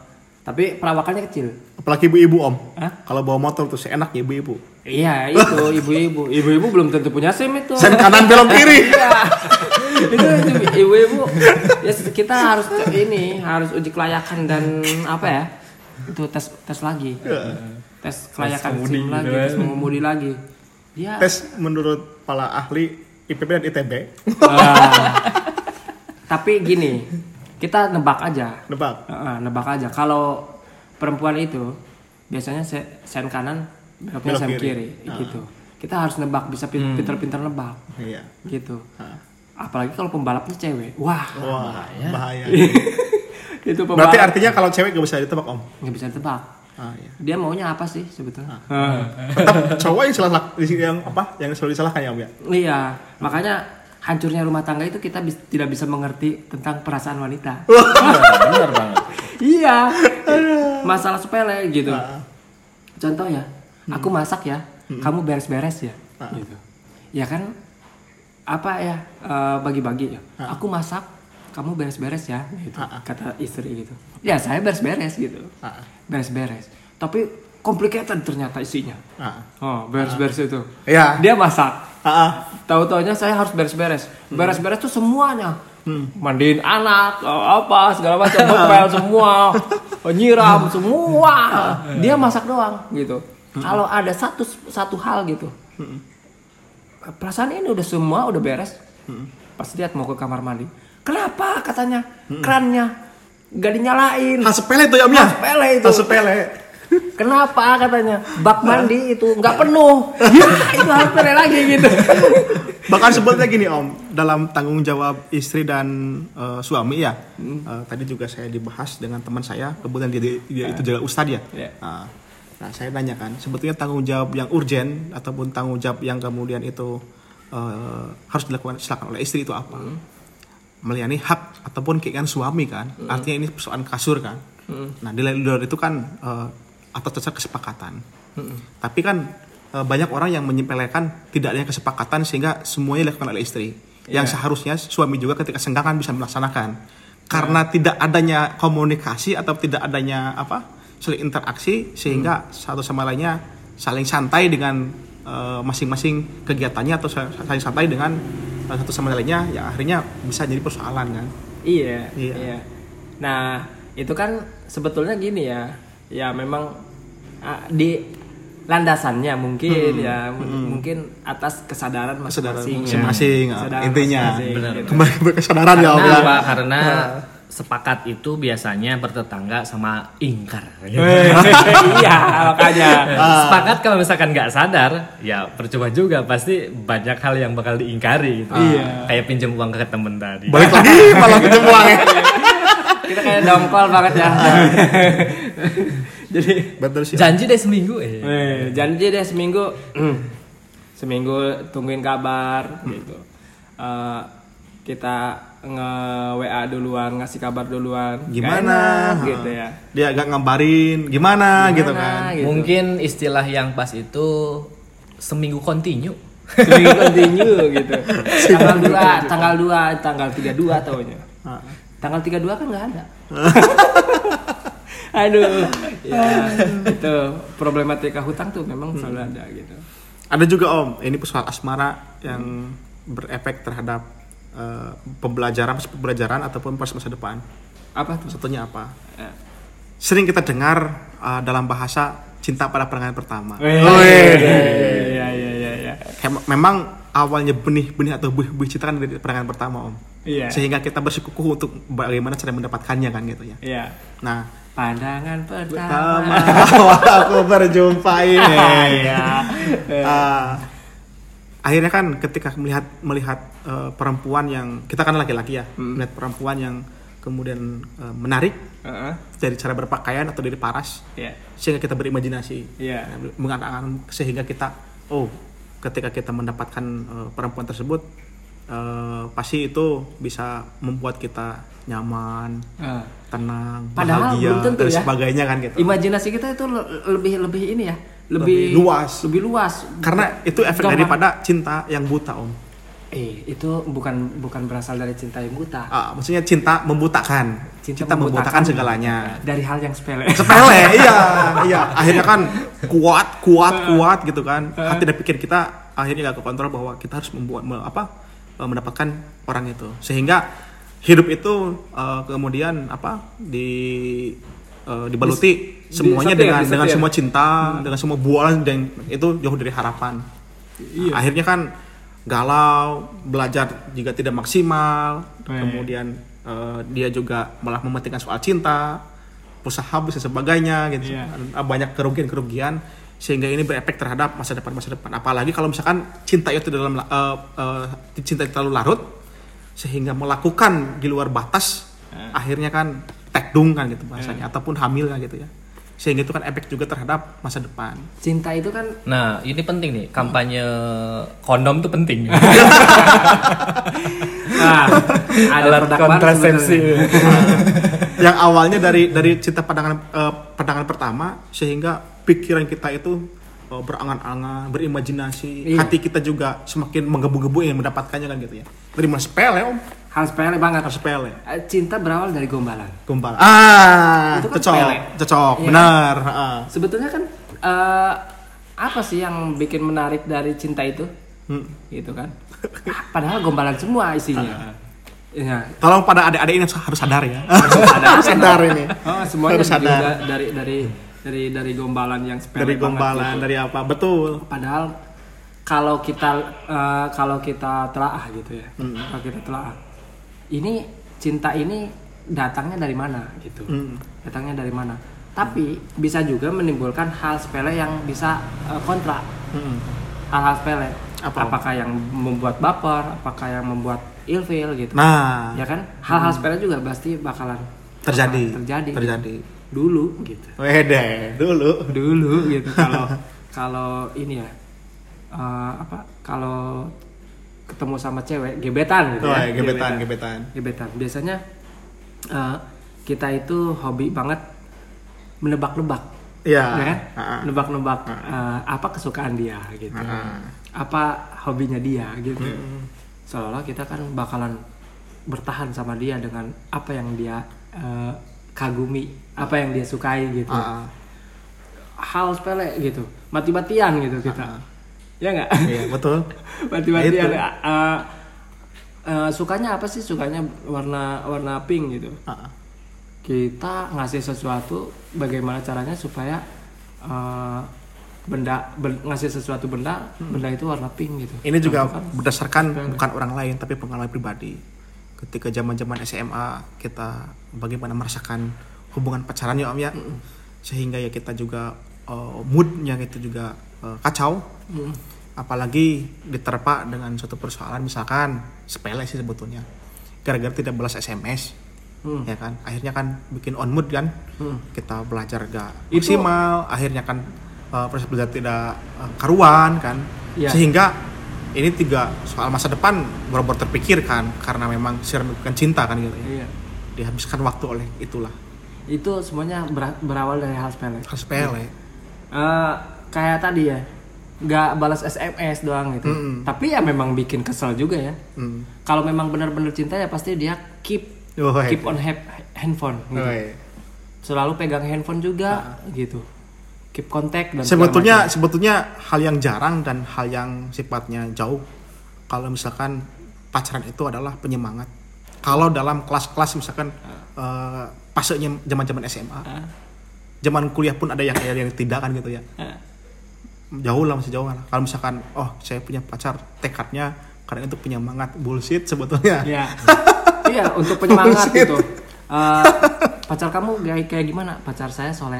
Speaker 1: Tapi perawakannya kecil.
Speaker 2: Apalagi ibu-ibu om.
Speaker 1: Hah?
Speaker 2: Kalau bawa motor tuh seenaknya ibu-ibu.
Speaker 1: Iya itu ibu-ibu. Ibu-ibu belum tentu punya SIM itu.
Speaker 2: Sen kanan belok kiri.
Speaker 1: Iya. itu, itu ibu-ibu. Ya kita harus ini harus uji kelayakan dan apa ya? Itu tes tes lagi. Tes kelayakan
Speaker 3: Tes
Speaker 1: SIM lagi, tes mengemudi lagi. Dia
Speaker 2: Tes menurut para ahli I P B dan I T B.
Speaker 1: Ah. Tapi gini, kita nebak aja.
Speaker 2: Nebak.
Speaker 1: Uh, nebak aja. Kalau perempuan itu biasanya se- sen kanan, beloknya
Speaker 2: Belok
Speaker 1: sen
Speaker 2: kiri.
Speaker 1: kiri, gitu. Kita harus nebak, bisa pin- pinter-pinter nebak,
Speaker 2: Iya.
Speaker 1: gitu.
Speaker 2: Ah.
Speaker 1: Apalagi kalau pembalapnya cewek, wah,
Speaker 2: Wah, bahaya.
Speaker 1: itu
Speaker 2: Berarti
Speaker 1: pembalap
Speaker 2: artinya kalau cewek gak bisa ditebak om.
Speaker 1: nggak bisa ditebak.
Speaker 2: Ah, iya.
Speaker 1: Dia maunya apa sih sebetulnya?
Speaker 2: Tetap cowok yang salah yang apa? Yang selalu disalahkan ya om ya.
Speaker 1: Iya, makanya hancurnya rumah tangga itu kita bis- tidak bisa mengerti tentang perasaan wanita.
Speaker 3: Benar banget.
Speaker 1: Iya, masalah sepele gitu.
Speaker 2: Ah.
Speaker 1: Contoh ya, aku masak ya, kamu beres-beres ya,
Speaker 2: Ah.
Speaker 1: gitu. Ya kan, apa ya, eh, bagi-bagi ya. Aku masak, kamu beres-beres ya, gitu.
Speaker 2: Ah.
Speaker 1: Kata istri gitu. Ya saya beres-beres gitu,
Speaker 2: Ah.
Speaker 1: beres-beres. Tapi complicated ternyata isinya.
Speaker 2: Ah.
Speaker 1: Oh, beres-beres itu.
Speaker 2: Iya.
Speaker 1: Dia masak.
Speaker 2: Ah, ah.
Speaker 1: Tahu-taunya saya harus beres-beres. Beres-beres tuh semuanya. Mandiin anak, apa segala macam, ngepel semua, nyiram semua. Dia masak doang gitu. Kalau ada satu satu hal gitu. Perasaan ini udah semua udah beres. Pas lihat mau ke kamar mandi. Kenapa katanya? Krannya gak dinyalain.
Speaker 2: Hal sepele tuh ya om ya.
Speaker 1: Hal sepele itu.
Speaker 2: Hal sepele.
Speaker 1: Kenapa katanya? Bak mandi itu nggak penuh. Ya, itu harus sepele lagi gitu.
Speaker 2: Bahkan sebetulnya gini om, dalam tanggung jawab istri dan uh, suami ya. Uh, tadi juga saya dibahas dengan teman saya, kebetulan dia, dia itu juga ustadz ya.
Speaker 1: Yeah.
Speaker 2: Uh, nah saya nanya kan, sebetulnya tanggung jawab yang urgen ataupun tanggung jawab yang kemudian itu uh, harus dilakukan silakan oleh istri itu apa? Mm. Melayani hak ataupun keinginan suami kan. Mm. Artinya ini persoalan kasur kan. Mm. Nah di luar itu kan uh, atas dasar kesepakatan. Mm. Tapi kan banyak orang yang menyepelekan tidak adanya kesepakatan sehingga semuanya dilakukan oleh istri. Yang
Speaker 1: Yeah.
Speaker 2: seharusnya suami juga ketika senggang kan bisa melaksanakan. Karena yeah. tidak adanya komunikasi atau tidak adanya apa saling interaksi sehingga hmm. satu sama lainnya saling santai dengan uh, masing-masing kegiatannya atau saling santai dengan uh, satu sama lainnya ya akhirnya bisa jadi persoalan kan.
Speaker 1: Iya,
Speaker 2: Iya.
Speaker 1: iya. Nah, itu kan sebetulnya gini ya. Ya memang uh, di landasannya mungkin
Speaker 2: Hmm,
Speaker 1: ya
Speaker 2: hmm.
Speaker 1: mungkin atas kesadaran
Speaker 2: Kesadaran
Speaker 1: masing-masing,
Speaker 2: masing-masing,
Speaker 1: ya.
Speaker 2: ah,
Speaker 1: Kesadaran
Speaker 2: intinya.
Speaker 1: masing-masing,
Speaker 3: Benar.
Speaker 1: gitu.
Speaker 2: Kembali ke kesadaran ya Om
Speaker 3: Karena
Speaker 2: ya.
Speaker 3: apa? Karena sepakat itu biasanya bertetangga sama ingkar.
Speaker 1: Iya makanya
Speaker 3: Sepakat kalau misalkan nggak sadar, ya percuma juga pasti banyak hal yang bakal diingkari gitu.
Speaker 1: Iya.
Speaker 3: Kayak pinjam uang ke temen tadi.
Speaker 2: Balik lagi malah pinjam uang ya.
Speaker 1: kita kayak dongkol banget ya. Jadi
Speaker 2: Betul sih.
Speaker 3: Janji deh seminggu eh.
Speaker 1: eh, janji deh seminggu seminggu tungguin kabar gitu. Eh, kita nge W A duluan, ngasih kabar duluan.
Speaker 2: Gimana?
Speaker 1: Gak enak, gitu ya.
Speaker 2: Dia agak ngabarin gimana,
Speaker 1: Gimana,
Speaker 2: gitu kan.
Speaker 1: gitu.
Speaker 3: Mungkin istilah yang pas itu seminggu continue.
Speaker 1: Seminggu continue gitu. Tanggal dua, tanggal dua, tanggal tiga puluh dua taunya.
Speaker 2: Ah.
Speaker 1: Tanggal tiga puluh dua kan nggak ada. Aduh, ya itu problematika hutang tuh memang selalu ada gitu.
Speaker 2: Ada juga Om, ini persoalan asmara yang berefek terhadap uh, pembelajaran, pembelajaran ataupun pas masa depan.
Speaker 1: Apa tuh?
Speaker 2: Satunya apa?
Speaker 1: Ya.
Speaker 2: Sering kita dengar uh, dalam bahasa cinta pada pandangan pertama.
Speaker 1: Iya iya iya iya.
Speaker 2: Kayak memang awalnya benih-benih atau buih-buih cinta kan dari pandangan pertama Om.
Speaker 1: Iya.
Speaker 2: Sehingga kita bersikukuh untuk bagaimana cara mendapatkannya kan gitu ya.
Speaker 1: Iya.
Speaker 2: Nah,
Speaker 1: Pandangan pertama.
Speaker 2: pertama awal aku berjumpa ini.
Speaker 1: Iya.
Speaker 2: Uh, akhirnya kan ketika melihat melihat uh, perempuan yang kita kan laki-laki ya,
Speaker 1: Hmm.
Speaker 2: melihat perempuan yang kemudian uh, menarik
Speaker 1: Heeh.
Speaker 2: dari cara berpakaian atau dari paras,
Speaker 1: Iya.
Speaker 2: sehingga kita berimajinasi,
Speaker 1: Iya.
Speaker 2: mengatakan sehingga kita oh ketika kita mendapatkan uh, perempuan tersebut uh, pasti itu bisa membuat kita nyaman,
Speaker 1: Ah.
Speaker 2: tenang,
Speaker 1: Padahal
Speaker 2: bahagia
Speaker 1: belum tentu
Speaker 2: dan
Speaker 1: ya.
Speaker 2: sebagainya kan gitu.
Speaker 1: Imajinasi kita itu le- lebih lebih ini ya,
Speaker 2: Lebih
Speaker 1: lebih
Speaker 2: luas.
Speaker 1: lebih luas.
Speaker 2: Karena itu efek
Speaker 1: Gampang.
Speaker 2: daripada cinta yang buta Om.
Speaker 1: Eh, itu bukan bukan berasal dari cinta yang buta.
Speaker 2: Uh, maksudnya cinta membutakan. Cinta, cinta membutakan, membutakan segalanya.
Speaker 1: Dari hal yang sepele.
Speaker 2: Sepele, iya, iya. Akhirnya kan kuat, kuat, kuat gitu kan. Hati dan pikir kita akhirnya gak kekontrol bahwa kita harus membuat apa mendapatkan orang itu. Sehingga hidup itu uh, kemudian apa di uh, dibaluti di, semuanya di, dengan dengan semua cinta, hmm. dengan semua bualan dan itu jauh dari harapan. Iya. Akhirnya kan galau, belajar juga tidak maksimal, eh. kemudian uh, dia juga malah mementingkan soal cinta, usaha habis dan sebagainya gitu, yeah. banyak kerugian-kerugian sehingga ini berefek terhadap masa depan masa depan. Apalagi kalau misalkan cinta itu dalam uh, uh, cinta itu terlalu larut sehingga melakukan di luar batas, eh. akhirnya kan tekdung kan gitu bahasanya, eh. ataupun hamil kan gitu ya. Sehingga itu kan efek juga terhadap masa depan.
Speaker 1: Cinta itu kan.
Speaker 3: Nah ini penting nih, kampanye kondom itu penting.
Speaker 1: Nah, ada produk kontrasepsi.
Speaker 2: Yang awalnya dari dari cinta pandangan uh, pandangan pertama sehingga pikiran kita itu uh, berangan-angan, berimajinasi, iya. hati kita juga semakin menggebu-gebu yang mendapatkannya kan gitu ya. Dari mana sepele om?
Speaker 1: Hal sepele banget.
Speaker 2: Hal sepele.
Speaker 1: Cinta berawal dari gombalan.
Speaker 2: Gombalan. Ah,
Speaker 1: itu kan
Speaker 2: cocok,
Speaker 1: sepele.
Speaker 2: cocok, ya, benar. Uh.
Speaker 1: Sebetulnya kan uh, apa sih yang bikin menarik dari cinta itu? Hmm. Gitu kan. Padahal gombalan semua isinya. Ya.
Speaker 2: Tolong pada adik-adik ini harus sadar ya. Harus sadar ini.
Speaker 1: Oh, semuanya harus sadar. dari dari dari dari gombalan yang sepele.
Speaker 2: Dari gombalan, gitu. Dari apa? Betul.
Speaker 1: Padahal kalau kita uh, kalau kita telaah gitu ya. Hmm. Kalau kita telaah. Ini cinta ini datangnya dari mana gitu. Hmm. Datangnya dari mana? Tapi hmm. bisa juga menimbulkan hal sepele yang bisa uh, kontra. Hmm. Hal-hal sepele. Apa? Apakah yang membuat baper, apakah yang membuat ilfil gitu.
Speaker 2: Nah,
Speaker 1: ya kan? Hal-hal sepele juga pasti bakalan
Speaker 2: terjadi.
Speaker 1: Bakalan terjadi.
Speaker 2: Terjadi.
Speaker 1: Gitu. Dulu gitu.
Speaker 2: Wede, dulu.
Speaker 1: Dulu gitu. Kalau kalau ini ya uh, apa? Kalau ketemu sama cewek gebetan gitu
Speaker 2: oh,
Speaker 1: ya.
Speaker 2: Gebetan, gebetan.
Speaker 1: Gebetan. Biasanya uh, kita itu hobi banget menebak-nebak.
Speaker 2: Iya.
Speaker 1: Ya kan?
Speaker 2: Uh-uh.
Speaker 1: Nebak-nebak
Speaker 2: uh-uh.
Speaker 1: uh, apa kesukaan dia gitu.
Speaker 2: Uh-uh.
Speaker 1: Apa hobinya dia gitu.
Speaker 2: Uh-uh.
Speaker 1: Seolah-olah kita kan bakalan bertahan sama dia dengan apa yang dia uh, kagumi, apa yang dia sukai gitu.
Speaker 2: Uh-uh.
Speaker 1: Hal sepele gitu. Mati-matian gitu kita. Uh-uh. Ya nggak?
Speaker 2: Iya betul.
Speaker 1: Mati-matian. Uh, uh, sukanya apa sih? Sukanya warna warna pink gitu. Uh-uh. Kita ngasih sesuatu, bagaimana caranya supaya uh, benda ben, ngasih sesuatu benda, hmm. benda itu warna pink gitu.
Speaker 2: Ini juga kan berdasarkan sepele. Bukan orang lain tapi pengalaman pribadi. Ketika zaman-zaman S M A kita bagaimana merasakan hubungan pacarannya om ya, mm. sehingga ya kita juga uh, moodnya itu juga uh, kacau. Mm. Apalagi diterpa dengan suatu persoalan misalkan sepele sih sebetulnya gara-gara tidak balas S M S hmm. ya kan akhirnya kan bikin on mood kan hmm. kita belajar gak maksimal akhirnya kan uh, proses belajar tidak uh, karuan kan ya. Sehingga ini tiga soal masa depan boro-boro terpikirkan karena memang bukan cinta kan gitu ya. Dihabiskan waktu oleh itulah
Speaker 1: itu semuanya ber- berawal dari hal sepele
Speaker 2: hal sepele
Speaker 1: uh, kayak tadi ya nggak balas S M S doang gitu, mm-hmm. tapi ya memang bikin kesel juga ya. Mm. Kalau memang benar-benar cinta ya pasti dia keep oh, keep on ha- handphone, gitu. Oh, selalu pegang handphone juga, nah. gitu. Keep kontak dan
Speaker 2: sebetulnya sebetulnya hal yang jarang dan hal yang sifatnya jauh. Kalau misalkan pacaran itu adalah penyemangat. Kalau dalam kelas-kelas misalkan uh. uh, pasenya zaman-zaman S M A, uh. zaman kuliah pun ada yang ada yang tidak kan gitu ya. Uh. Jauh lah masih jauh lah. Kalau misalkan oh saya punya pacar tekadnya karena untuk penyemangat bullshit sebetulnya. Iya.
Speaker 1: Iya untuk penyemangat gitu. Uh, pacar kamu kayak kayak gimana? Pacar saya soleh.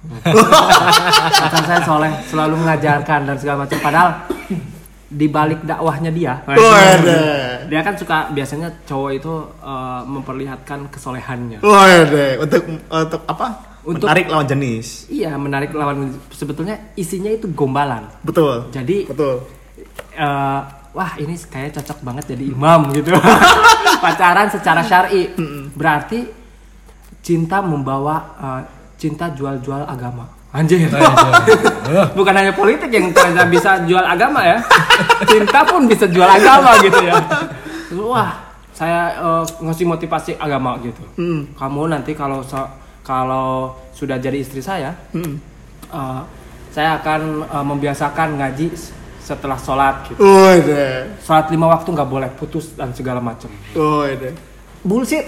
Speaker 1: Pacar saya soleh selalu mengajarkan dan segala macam. Padahal di balik dakwahnya dia,
Speaker 2: oh,
Speaker 1: dia kan suka biasanya cowok itu uh, memperlihatkan kesolehannya.
Speaker 2: Oh, untuk untuk apa? Untuk, menarik lawan jenis.
Speaker 1: Iya, menarik lawan sebetulnya isinya itu gombalan.
Speaker 2: Betul.
Speaker 1: Jadi
Speaker 2: betul.
Speaker 1: Uh, wah, ini kayak cocok banget jadi imam gitu. Pacaran secara syar'i. Berarti cinta membawa uh, cinta jual-jual agama. Anjir. Bukan hanya politik yang ternyata bisa jual agama ya. Cinta pun bisa jual agama gitu ya. Wah, saya uh, ngasih motivasi agama gitu. Hmm. Kamu nanti kalau kalau sudah jadi istri saya, hmm. uh, saya akan uh, membiasakan ngaji setelah sholat gitu.
Speaker 2: Oh, deh.
Speaker 1: Sholat lima waktu nggak boleh putus dan segala macam.
Speaker 2: Oh, deh.
Speaker 1: Bullshit.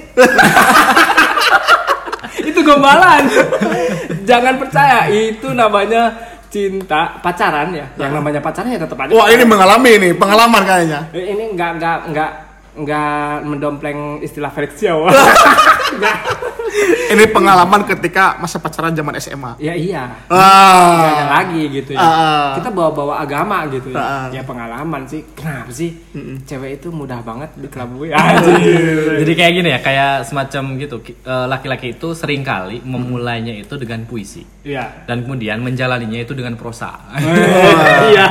Speaker 1: Itu gombalan. Jangan percaya, itu namanya cinta pacaran ya. Yang namanya pacaran ya tetap ada.
Speaker 2: Wah, ini mengalami nih, pengalaman kayaknya.
Speaker 1: Ini nggak nggak nggak nggak mendompleng istilah Felix Xiao.
Speaker 2: Ini pengalaman ketika masa pacaran zaman S M A.
Speaker 1: Ya iya.
Speaker 2: Ah.
Speaker 1: Gak ada lagi gitu ya.
Speaker 2: Ah.
Speaker 1: Kita bawa-bawa agama gitu ya.
Speaker 2: Ah.
Speaker 1: Ya pengalaman sih. Kenapa sih? Mm-mm. Cewek itu mudah banget dikelabui.
Speaker 3: Jadi kayak gini ya, kayak semacam gitu. Laki-laki itu seringkali memulainya itu dengan puisi.
Speaker 1: Iya.
Speaker 3: Dan kemudian menjalaninya itu dengan prosa.
Speaker 1: Iya.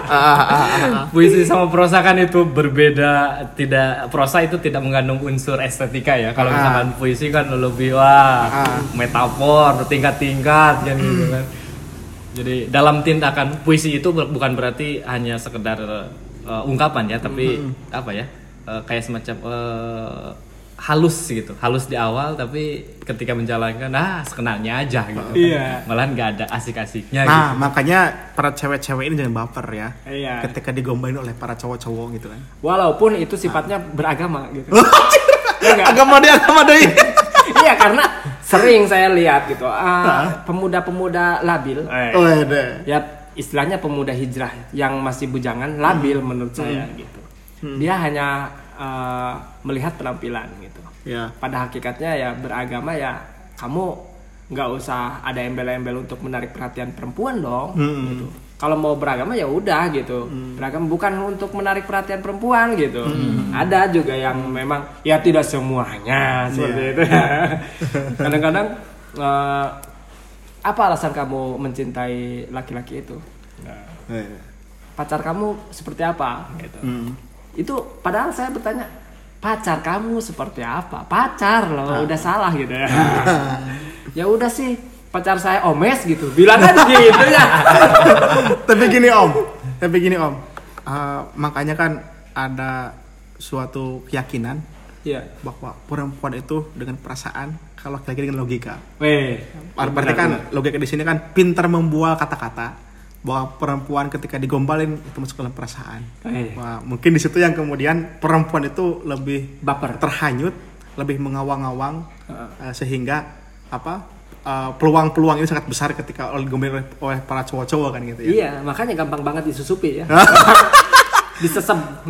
Speaker 3: Puisi sama prosa kan itu berbeda. Tidak, prosa itu tidak mengandung unsur estetika ya. Kalau misalkan puisi kan lebih wah ah. metafor tingkat-tingkat kan gitu kan. Jadi dalam tindakan puisi itu bukan berarti hanya sekedar uh, ungkapan ya, tapi mm-hmm. apa ya uh, kayak semacam uh, halus gitu, halus di awal tapi ketika menjalankan ah sekenanya aja gitu.
Speaker 1: Iya.
Speaker 3: Malahan nggak ada asik-asiknya.
Speaker 2: Nah
Speaker 3: gitu.
Speaker 2: Makanya para cewek-cewek ini jangan baper ya.
Speaker 1: Iya.
Speaker 2: Ketika digombalin oleh para cowok-cowok gitu kan.
Speaker 1: Walaupun itu sifatnya ah. beragama gitu.
Speaker 2: Agama dia, agama dia.
Speaker 1: Iya, karena sering saya lihat gitu uh, pemuda-pemuda labil, eh,
Speaker 2: oh, ada.
Speaker 1: Ya istilahnya pemuda hijrah yang masih bujangan labil hmm. menurut saya hmm. gitu. Hmm. Dia hanya uh, melihat penampilan gitu.
Speaker 2: Ya.
Speaker 1: Pada hakikatnya ya beragama ya kamu nggak usah ada embel-embel untuk menarik perhatian perempuan dong. Hmm. Gitu. Kalau mau beragama ya udah gitu. Hmm. Beragama bukan untuk menarik perhatian perempuan gitu. Hmm. Ada juga yang memang ya tidak semuanya seperti yeah. itu. Kadang-kadang uh, apa alasan kamu mencintai laki-laki itu? Nah, yeah. Pacar kamu seperti apa gitu. Hmm. Itu padahal saya bertanya, pacar kamu seperti apa? Pacar loh, ah. udah salah gitu ya. Ya udah sih. Pacar saya omes gitu, bilang aja gitu ya.
Speaker 2: Tapi gini om, tapi gini om, uh, makanya kan ada suatu keyakinan
Speaker 1: yeah.
Speaker 2: bahwa perempuan itu dengan perasaan, kalau laki-laki dengan logika.
Speaker 1: Weh,
Speaker 2: berarti kan benar. Logika di sini kan pintar membual kata-kata bahwa perempuan ketika digombalin itu masuk dalam perasaan. Eh. Wah, mungkin di situ yang kemudian perempuan itu lebih
Speaker 1: baper,
Speaker 2: terhanyut, lebih mengawang-awang uh. Uh, sehingga apa? Uh, peluang-peluang ini sangat besar ketika digombalin oleh, oleh para cowok-cowok kan gitu ya.
Speaker 1: Iya, makanya gampang banget disusupi ya. Disesep.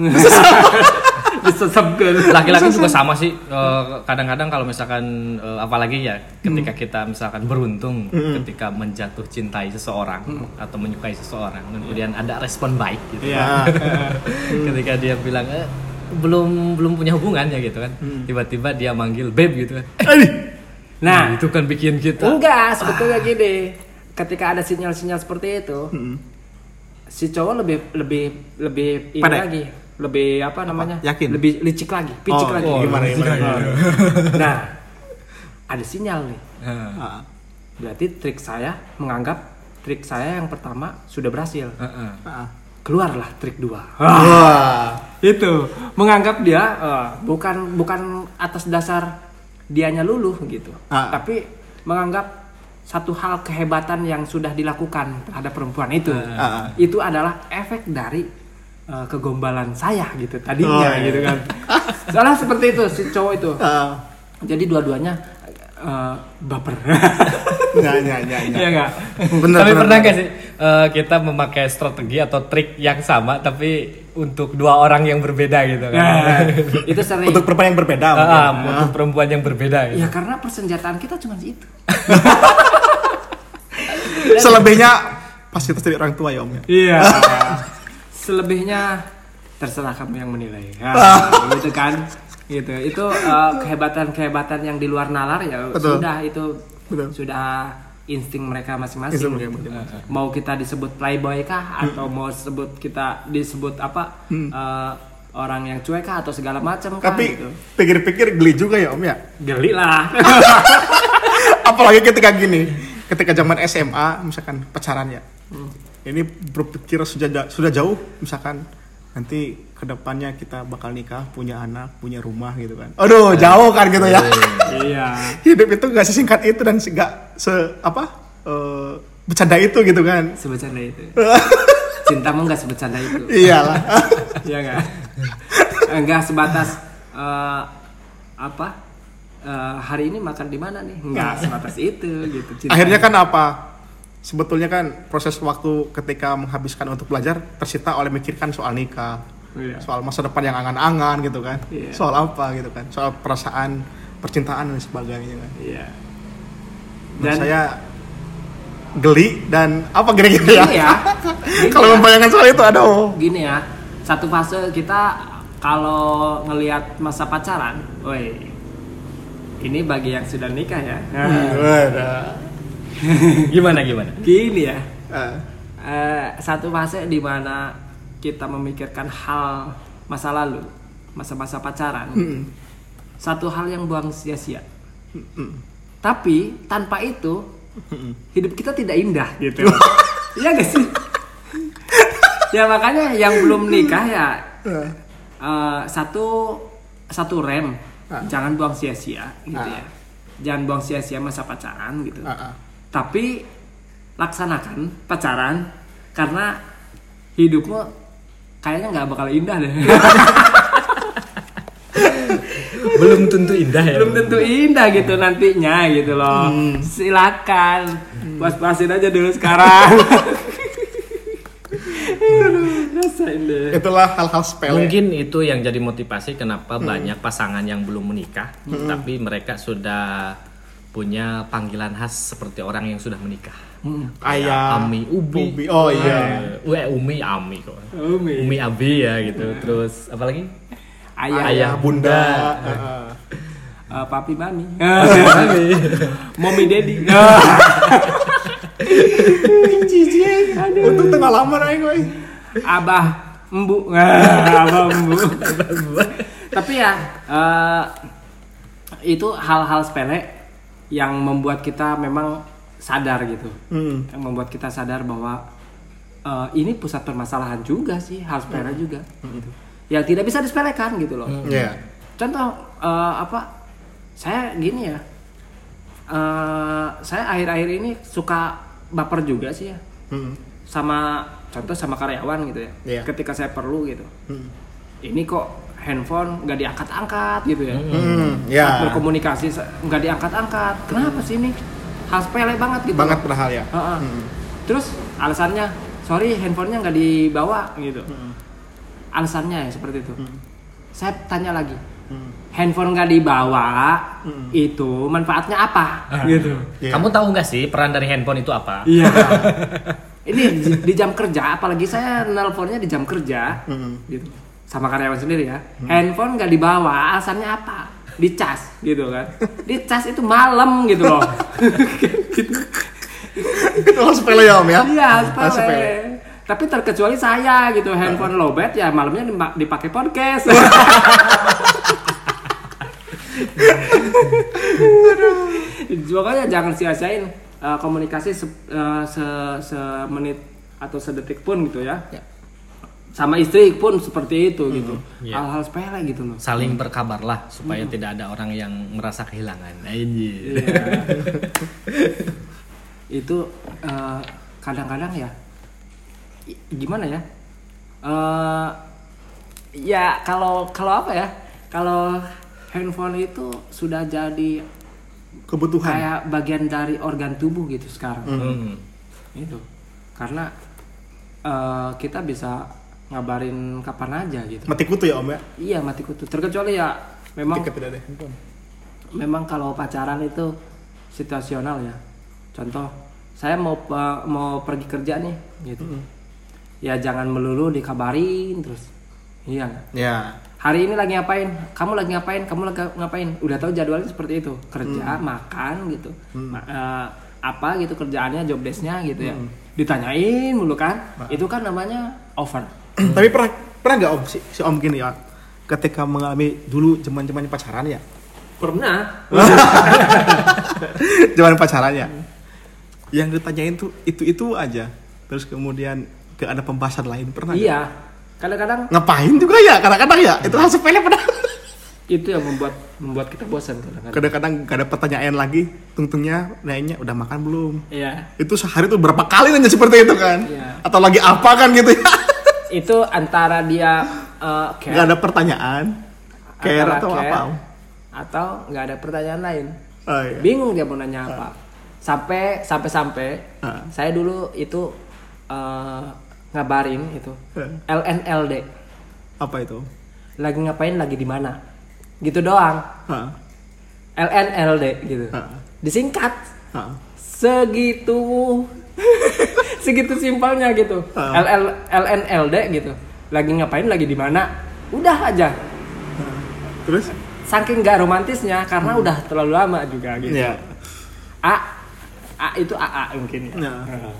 Speaker 1: Disesep ke
Speaker 3: laki-laki juga sama sih. Uh, kadang-kadang kalau misalkan uh, apalagi ya ketika hmm. kita misalkan beruntung hmm. ketika menjatuh cintai seseorang hmm. atau menyukai seseorang dan kemudian ada respon baik gitu.
Speaker 1: Iya.
Speaker 3: Ketika dia bilang eh, belum belum punya hubungan ya gitu kan. Hmm. Tiba-tiba dia manggil babe gitu kan.
Speaker 1: Nah,
Speaker 3: nah, itu kan bikin kita
Speaker 1: enggak, sebetulnya gini. Ketika ada sinyal-sinyal seperti itu, hmm. si cowok lebih lebih lebih ini
Speaker 2: Padek.
Speaker 1: lagi, lebih apa namanya?
Speaker 2: Apa? Yakin?
Speaker 1: Lebih licik lagi, picik
Speaker 2: oh,
Speaker 1: lagi.
Speaker 2: Oh, gimana, gimana, gimana.
Speaker 1: Nah, ada sinyal nih.
Speaker 2: Uh.
Speaker 1: Berarti trik saya menganggap trik saya yang pertama sudah berhasil.
Speaker 2: Uh-uh. Uh.
Speaker 1: Keluarlah trik dua.
Speaker 2: Wah.
Speaker 1: Itu menganggap dia uh, bukan bukan atas dasar dianya luluh gitu, ah. tapi menganggap satu hal kehebatan yang sudah dilakukan terhadap perempuan itu, ah. itu adalah efek dari uh, kegombalan saya gitu tadinya oh, gitu kan. Soalnya seperti itu si cowok itu, ah. jadi dua-duanya uh, baper.
Speaker 2: Nggak, nggak, nggak, nggak.
Speaker 3: Iya nggak. Tapi pernah nggak sih uh, kita memakai strategi atau trik yang sama tapi untuk dua orang yang berbeda gitu kan?
Speaker 1: Nah, itu sering.
Speaker 2: Untuk perempuan yang berbeda.
Speaker 3: Uh, uh, untuk perempuan yang berbeda. Gitu.
Speaker 1: Ya karena persenjataan kita cuma itu.
Speaker 2: Selebihnya pasti dari orang tua ya om ya.
Speaker 1: Iya. Selebihnya terserah kamu yang menilai. Nah, gitu kan. Gitu. Itu uh, kehebatan-kehebatan yang di luar nalar ya. Betul. Sudah itu. Betul. Sudah insting mereka masing-masing. Gitu. Mau kita disebut playboy kah atau hmm. mau sebut kita disebut apa hmm. uh, orang yang cuek kah atau segala macam kah?
Speaker 2: Tapi
Speaker 1: gitu.
Speaker 2: Pikir-pikir geli juga ya om ya.
Speaker 1: Geli lah.
Speaker 2: Apalagi ketika gini, ketika zaman S M A misalkan pacaran ya. Hmm. Ini berpikir sudah sudah jauh misalkan nanti kedepannya kita bakal nikah, punya anak, punya rumah gitu kan. Aduh, jauh kan gitu ya.
Speaker 1: Iya.
Speaker 2: Hidup itu gak sesingkat itu dan gak se apa uh, bercanda itu gitu kan.
Speaker 1: Sebecanda itu. Cintamu gak sebecanda itu.
Speaker 2: Iyalah.
Speaker 1: Iya gak? Enggak sebatas uh, apa? Uh, hari ini makan di mana nih? Enggak sebatas itu gitu. Cinta.
Speaker 2: Akhirnya kan apa? Sebetulnya kan proses waktu ketika menghabiskan untuk belajar tersita oleh mikirkan soal nikah, yeah. soal masa depan yang angan-angan gitu kan, yeah. soal apa gitu kan, soal perasaan, percintaan dan sebagainya kan.
Speaker 1: Yeah.
Speaker 2: Dan saya geli dan apa kira-kira ya?
Speaker 1: ya
Speaker 2: kalau
Speaker 1: ya.
Speaker 2: membayangkan soal itu, aduh.
Speaker 1: Gini ya, satu fase kita kalau ngelihat masa pacaran, woi, ini bagi yang sudah nikah ya.
Speaker 2: Hmm,
Speaker 3: gimana gimana?
Speaker 1: Gini ya,
Speaker 2: uh.
Speaker 1: Uh, satu fase di mana kita memikirkan hal masa lalu, masa-masa pacaran, mm. satu hal yang buang sia-sia. Mm. Tapi tanpa itu mm. hidup kita tidak indah gitu. Iya gak sih? Ya makanya yang belum nikah ya uh. Uh, satu satu rem, uh. jangan buang sia-sia gitu uh. ya, jangan buang sia-sia masa pacaran gitu. Uh. Uh. Tapi laksanakan pacaran karena hidupmu kayaknya nggak bakal indah deh.
Speaker 3: Belum tentu indah ya.
Speaker 1: Belum tentu indah gitu nantinya gitu loh. Hmm. Silakan hmm. puas-puasin aja dulu sekarang. Rasain deh.
Speaker 2: Itulah hal-hal sepele.
Speaker 3: Mungkin itu yang jadi motivasi kenapa hmm. banyak pasangan yang belum menikah, hmm. tapi mereka sudah punya panggilan khas seperti orang yang sudah menikah.
Speaker 2: Hmm. Ayah,
Speaker 3: Ami, Ubi.
Speaker 2: Ubi. Oh iya.
Speaker 3: Uh, Umi, Ami kok.
Speaker 1: Umi.
Speaker 3: Umi Abi ya gitu. Uh. Terus apa lagi?
Speaker 1: Ayah,
Speaker 3: Ayah Bunda.
Speaker 2: Uh.
Speaker 1: Uh, papi Mami. Mommy Daddy. Cici. Aduh.
Speaker 2: Untuk tengah lamar aja gue.
Speaker 1: Abah, Embu. Abah, Embu. Tapi ya uh, itu hal-hal sepele yang membuat kita memang sadar gitu, hmm. yang membuat kita sadar bahwa uh, ini pusat permasalahan juga sih, hal sepele hmm. juga, hmm. gitu. Yang tidak bisa disepelekan gitu loh.
Speaker 2: Hmm. Yeah.
Speaker 1: Contoh uh, apa? Saya gini ya, uh, saya akhir-akhir ini suka baper juga sih ya, hmm. sama contoh sama karyawan gitu ya. Yeah. Ketika saya perlu gitu, hmm. ini kok handphone nggak diangkat-angkat gitu ya, hmm, ya. Saat berkomunikasi nggak diangkat-angkat, kenapa sih ini hal sepele banget gitu,
Speaker 2: banget berhal ya.
Speaker 1: Uh-uh. Hmm. Terus alasannya, sorry handphonenya nggak dibawa gitu, hmm. alasannya ya seperti itu. Hmm. Saya tanya lagi, hmm. handphone nggak dibawa hmm. itu manfaatnya apa? Uh, gitu.
Speaker 3: Yeah. Kamu tahu nggak sih peran dari handphone itu apa?
Speaker 1: Iya. Ini di, di jam kerja, apalagi saya nelponnya di jam kerja, hmm. gitu. Sama karyawan sendiri ya, hmm. handphone nggak dibawa, alasannya apa? Dicas gitu kan? Dicas itu malam gitu loh. Gitu.
Speaker 2: Itu harus sepele ya om ya?
Speaker 1: Iya sepele. sepele. Tapi terkecuali saya gitu, handphone uh. lowbat ya malamnya dipakai podcast. Makanya jangan sia-siain uh, komunikasi se, uh, se, semenit atau sedetik pun gitu ya. ya. Sama istri pun seperti itu hmm, gitu, yeah. hal-hal sepele gitu loh.
Speaker 3: Saling berkabarlah supaya hmm. tidak ada orang yang merasa kehilangan. Anjir.
Speaker 1: Yeah. Itu uh, kadang-kadang ya, gimana ya? Uh, ya kalau kalau apa ya? Kalau handphone itu sudah jadi
Speaker 2: kebutuhan,
Speaker 1: kayak bagian dari organ tubuh gitu sekarang.
Speaker 3: Hmm.
Speaker 1: Itu karena uh, kita bisa ngabarin kapan aja gitu.
Speaker 2: Mati kutu ya om ya?
Speaker 1: Iya mati kutu. Terkecuali ya memang memang kalau pacaran itu situasional ya. Contoh saya mau uh, mau pergi kerja nih gitu. Mm-hmm. Ya jangan melulu dikabarin terus. Iya.
Speaker 2: Ya.
Speaker 1: Hari ini lagi ngapain? Kamu lagi ngapain? Kamu lagi ngapain? Udah tahu jadwalnya seperti itu. Kerja, mm. makan gitu. Mm. Ma- uh, apa gitu kerjaannya, job desk-nya gitu ya. Mm. Ditanyain mulu kan? Nah. Itu kan namanya over.
Speaker 2: Tapi pernah pernah nggak om si, si om gini ya ketika mengalami dulu zaman zamannya pacaran ya?
Speaker 1: Pernah.
Speaker 2: Zaman pacaran ya. yang ditanyain tuh itu-itu aja. Terus kemudian gak ada pembahasan lain, pernah?
Speaker 1: Iya. Kadang-kadang
Speaker 2: Ngapain juga ya, kadang-kadang ya. Itu hal sepele padahal.
Speaker 1: itu yang membuat membuat kita bosan kadang-kadang.
Speaker 2: Kadang-kadang gak ada pertanyaan lagi, tungtungnya nanya udah makan belum?
Speaker 1: Iya.
Speaker 2: Itu sehari tuh berapa kali nanya seperti itu kan?
Speaker 1: Iya.
Speaker 2: Atau lagi apa kan gitu ya?
Speaker 1: Itu antara dia uh, care,
Speaker 2: Gak ada pertanyaan, care
Speaker 1: antara
Speaker 2: atau
Speaker 1: care,
Speaker 2: apa?
Speaker 1: atau nggak ada pertanyaan lain.
Speaker 2: Oh, iya.
Speaker 1: Bingung dia mau nanya apa. Sampai sampai sampai
Speaker 2: Ah.
Speaker 1: saya dulu itu uh, ngabarin itu
Speaker 2: Eh.
Speaker 1: L N L D.
Speaker 2: Apa itu?
Speaker 1: Lagi ngapain, lagi di mana? Gitu doang.
Speaker 2: Hah?
Speaker 1: L N L D gitu.
Speaker 2: Ah.
Speaker 1: Disingkat.
Speaker 2: Hah?
Speaker 1: Segitu segitu simpelnya gitu.
Speaker 2: Ah.
Speaker 1: L L L N L D gitu. Lagi ngapain, lagi di mana? Udah aja.
Speaker 2: Terus?
Speaker 1: Saking gak romantisnya karena
Speaker 2: Hmm.
Speaker 1: udah terlalu lama juga gitu.
Speaker 2: Iya.
Speaker 1: A A itu A A mungkin.
Speaker 2: Ya.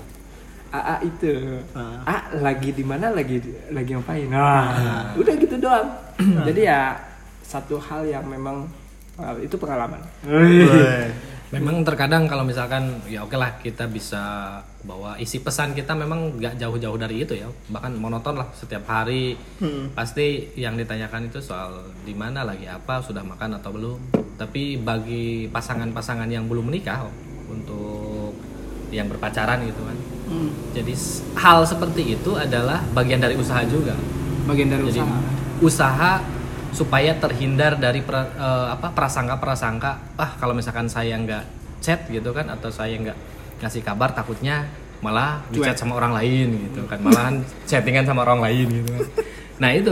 Speaker 1: A A itu.
Speaker 2: Ah.
Speaker 1: A lagi di mana, lagi lagi ngapain? Nah, udah gitu doang. Jadi ya satu hal yang memang uh, itu pengalaman.
Speaker 2: Weh.
Speaker 3: Memang terkadang kalau misalkan ya oke lah kita bisa bawa isi pesan kita memang nggak jauh-jauh dari itu ya, bahkan monoton lah setiap hari.
Speaker 2: Hmm.
Speaker 3: Pasti yang ditanyakan itu soal di mana, lagi apa, sudah makan atau belum. Tapi bagi pasangan-pasangan yang belum menikah, untuk yang berpacaran gitu kan,
Speaker 1: Hmm.
Speaker 3: jadi s- hal seperti itu adalah bagian dari usaha juga.
Speaker 1: Bagian dari
Speaker 3: Jadi
Speaker 1: usaha.
Speaker 3: usaha supaya terhindar dari pra- eh, apa prasangka-prasangka, ah kalau misalkan saya nggak chat gitu kan, atau saya nggak ngasih kabar, takutnya malah di chat sama orang lain gitu kan, malahan chattingan sama orang lain gitu kan. Nah itu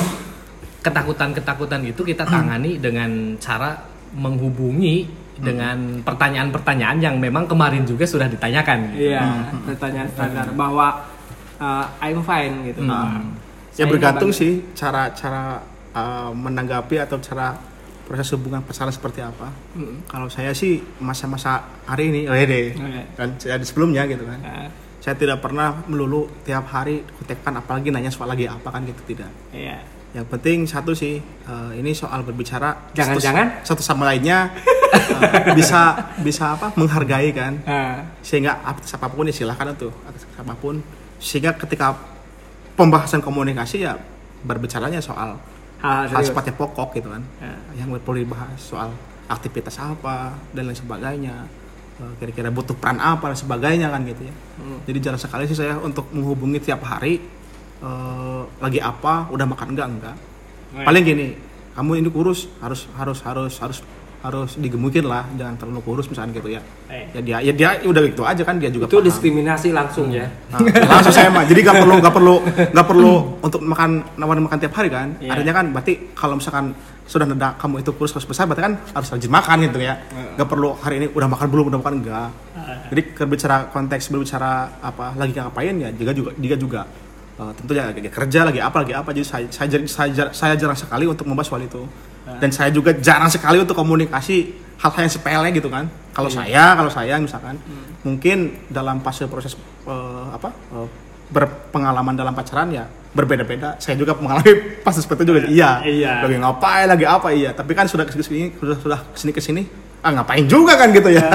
Speaker 3: ketakutan-ketakutan itu kita tangani dengan cara menghubungi dengan pertanyaan-pertanyaan yang memang kemarin juga sudah ditanyakan gitu.
Speaker 1: Iya, pertanyaan standar bahwa uh, I'm fine gitu.
Speaker 3: Hmm.
Speaker 2: Ya
Speaker 1: Saya
Speaker 2: bergantung
Speaker 1: nggak
Speaker 2: sih cara-cara uh, menanggapi atau cara proses hubungan pacaran seperti apa.
Speaker 1: Hmm.
Speaker 2: Kalau saya sih masa-masa hari ini, oh ya deh,
Speaker 1: Oke.
Speaker 2: dan saya di sebelumnya gitu kan.
Speaker 1: Uh,
Speaker 2: Saya tidak pernah melulu tiap hari kontekan, apalagi nanya soal lagi apa kan gitu, tidak.
Speaker 1: iya.
Speaker 2: Yang penting satu sih, uh, ini soal berbicara
Speaker 1: Jangan-jangan?
Speaker 2: satu, satu sama lainnya uh, bisa bisa apa menghargai kan,
Speaker 1: Uh,
Speaker 2: sehingga atas apapun ya silahkan tuh atas apapun, sehingga ketika pembahasan komunikasi ya berbicaranya soal
Speaker 1: hal
Speaker 2: hal
Speaker 1: serius.
Speaker 2: sifatnya pokok gitu kan,
Speaker 1: Ya.
Speaker 2: yang perlu dibahas soal aktivitas apa dan lain sebagainya, eh, kira-kira butuh peran apa dan sebagainya kan gitu ya.
Speaker 1: Hmm.
Speaker 2: Jadi jarang sekali sih saya untuk menghubungi tiap hari, eh, lagi apa, udah makan enggak enggak.
Speaker 1: Oh, ya.
Speaker 2: Paling gini, kamu ini kurus, harus harus harus harus harus digemukin lah, jangan terlalu kurus misalkan gitu ya.
Speaker 1: Eh.
Speaker 2: Ya dia ya dia udah gitu aja kan, dia juga
Speaker 1: Itu
Speaker 2: paham.
Speaker 1: diskriminasi langsung ya.
Speaker 2: Nah, langsung saya mah. Jadi nggak perlu nggak perlu nggak perlu untuk makan nawarin makan tiap hari kan.
Speaker 1: Iya.
Speaker 2: Artinya kan berarti kalau misalkan sudah neda kamu itu kurus harus besar, berarti kan harus rajin makan gitu ya. Nggak perlu hari ini udah makan belum udah makan enggak. Jadi berbicara konteks berbicara apa lagi ngapain ya juga juga dia juga uh, tentunya lagi kerja lagi apa lagi apa. Jadi saya saya, jar- saya, jar- saya jarang sekali untuk membahas soal itu. Dan saya juga jarang sekali untuk komunikasi hal-hal yang sepele gitu kan. Kalau saya, kalau saya misalkan mungkin dalam fase proses eh, apa eh, berpengalaman dalam pacaran ya berbeda-beda. Saya juga mengalami fase seperti itu juga. Iya.
Speaker 1: Iya.
Speaker 2: Lagi ngapain, lagi apa iya. Tapi kan sudah kesini kesini, sudah sudah kesini kesini, ah ngapain juga kan gitu ya.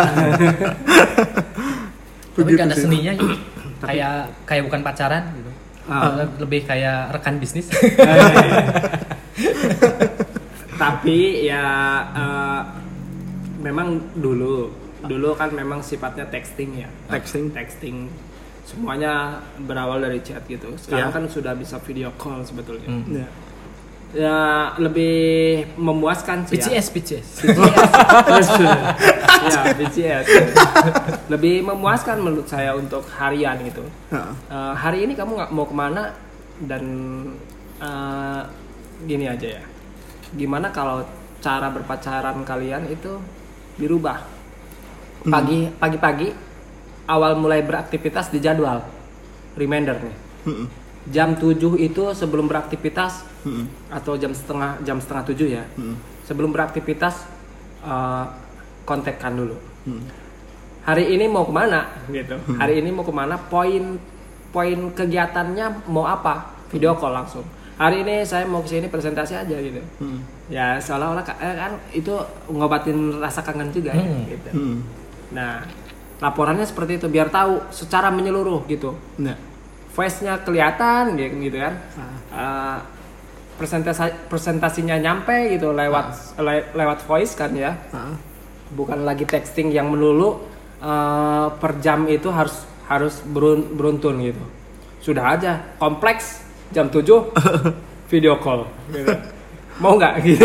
Speaker 3: Tapi
Speaker 2: Begitu
Speaker 3: kan ada
Speaker 2: sih.
Speaker 3: seninya gitu. kayak kayak bukan pacaran gitu.
Speaker 1: Ah.
Speaker 3: Lebih kayak rekan bisnis.
Speaker 1: Tapi ya uh, memang dulu dulu kan memang sifatnya texting ya.
Speaker 2: Texting.
Speaker 1: Texting. Semuanya berawal dari chat gitu. Sekarang
Speaker 2: Iya.
Speaker 1: kan sudah bisa video call sebetulnya.
Speaker 3: Hmm.
Speaker 2: Ya.
Speaker 1: Ya lebih memuaskan sih
Speaker 3: P C
Speaker 1: ya.
Speaker 3: S P C S.
Speaker 1: Ya, B C S. Lebih memuaskan menurut saya untuk harian gitu.
Speaker 2: Heeh.
Speaker 1: Eh, hari ini kamu nggak mau kemana dan eh, gini aja ya. Gimana kalau cara berpacaran kalian itu dirubah? Pagi pagi-pagi awal mulai beraktivitas di jadwal reminder nih.
Speaker 2: Mm-mm.
Speaker 1: Jam tujuh itu sebelum beraktivitas
Speaker 2: Mm-mm.
Speaker 1: atau jam setengah jam setengah tujuh ya.
Speaker 2: Mm-mm.
Speaker 1: Sebelum beraktivitas eh, kontakkan dulu.
Speaker 2: Mm.
Speaker 1: Hari ini mau kemana gitu. Hari ini mau kemana? Poin poin kegiatannya mau apa? Video call langsung. Hari ini saya mau kesini presentasi aja gitu.
Speaker 2: Mm.
Speaker 1: Ya seolah-olah ka- eh, kan itu ngobatin rasa kangen juga ya,
Speaker 3: Hmm.
Speaker 1: gitu.
Speaker 2: Mm.
Speaker 1: Nah laporannya seperti itu biar tahu secara menyeluruh gitu.
Speaker 2: Nah.
Speaker 1: Voice-nya kelihatan gitu kan. Uh, presentasi presentasinya nyampe gitu lewat le, lewat voice kan ya. Bukan lagi texting yang melulu uh, per jam itu harus harus berun, beruntun gitu. Sudah aja kompleks jam tujuh video call gitu. Mau nggak gitu.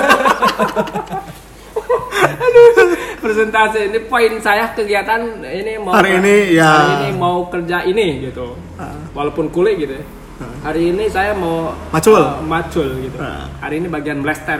Speaker 1: Aduh, presentasi ini poin saya kegiatan ini mau
Speaker 2: hari ini ya
Speaker 1: hari ini mau kerja ini gitu. Walaupun kuliah gitu ya. Hari ini saya mau
Speaker 2: macul,
Speaker 1: uh, macul gitu. Hari ini bagian blaster.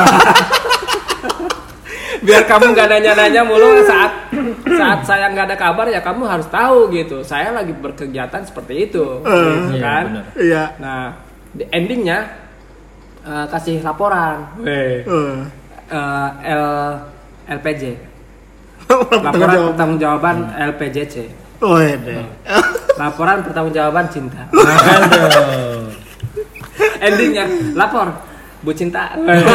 Speaker 1: Biar kamu nggak nanya-nanya mulu saat saat saya nggak ada kabar ya kamu harus tahu gitu. Saya lagi berkegiatan seperti itu, uh, gitu kan?
Speaker 2: Iya.
Speaker 1: Nah, di endingnya uh, kasih laporan. Uh. Uh, L LPJ. Laporan pertanggungjawaban hmm. L P J C.
Speaker 2: Oh, iya.
Speaker 1: Laporan pertanggungjawaban cinta. Endingnya lapor Bu Cinta.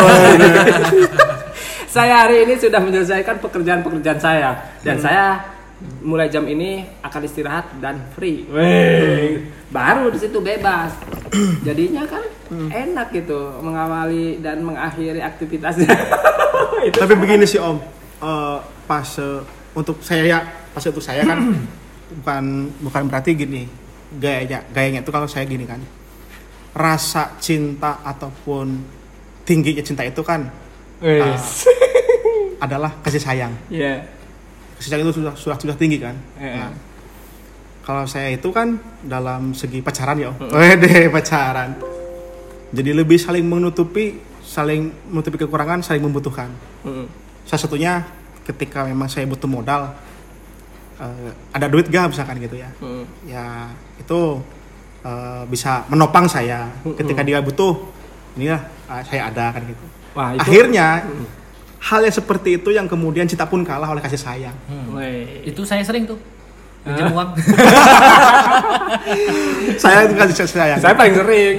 Speaker 1: Saya hari ini sudah menyelesaikan pekerjaan-pekerjaan saya dan hmm. saya mulai jam ini akan istirahat dan free. Wey. Baru di situ bebas. Jadinya kan hmm. enak gitu mengawali dan mengakhiri aktivitasnya.
Speaker 2: Tapi begini sih Om, uh, pas uh, untuk saya ya, pas untuk saya kan bukan bukan berarti gini gayanya gayanya itu kalau saya gini kan rasa cinta ataupun tingginya cinta itu kan uh, adalah kasih sayang.
Speaker 1: Yeah.
Speaker 2: Kasih sayang itu sudah sudah sudah tinggi kan. Yeah. Nah, kalau saya itu kan dalam segi pacaran ya, Om. Oh deh pacaran. Jadi lebih saling menutupi, saling menutupi kekurangan, saling membutuhkan. Mm. Salah satunya ketika memang saya butuh modal, uh, ada duit gak misalkan gitu ya, mm. ya itu uh, bisa menopang saya. Mm. Ketika dia butuh, inilah uh, saya ada kan gitu. Wah, itu, akhirnya mm. hal yang seperti itu yang kemudian cinta pun kalah oleh kasih sayang.
Speaker 3: Mm. Itu saya sering tuh. Pinjam uang.
Speaker 2: Saya itu kasih sayang.
Speaker 1: Saya paling sering.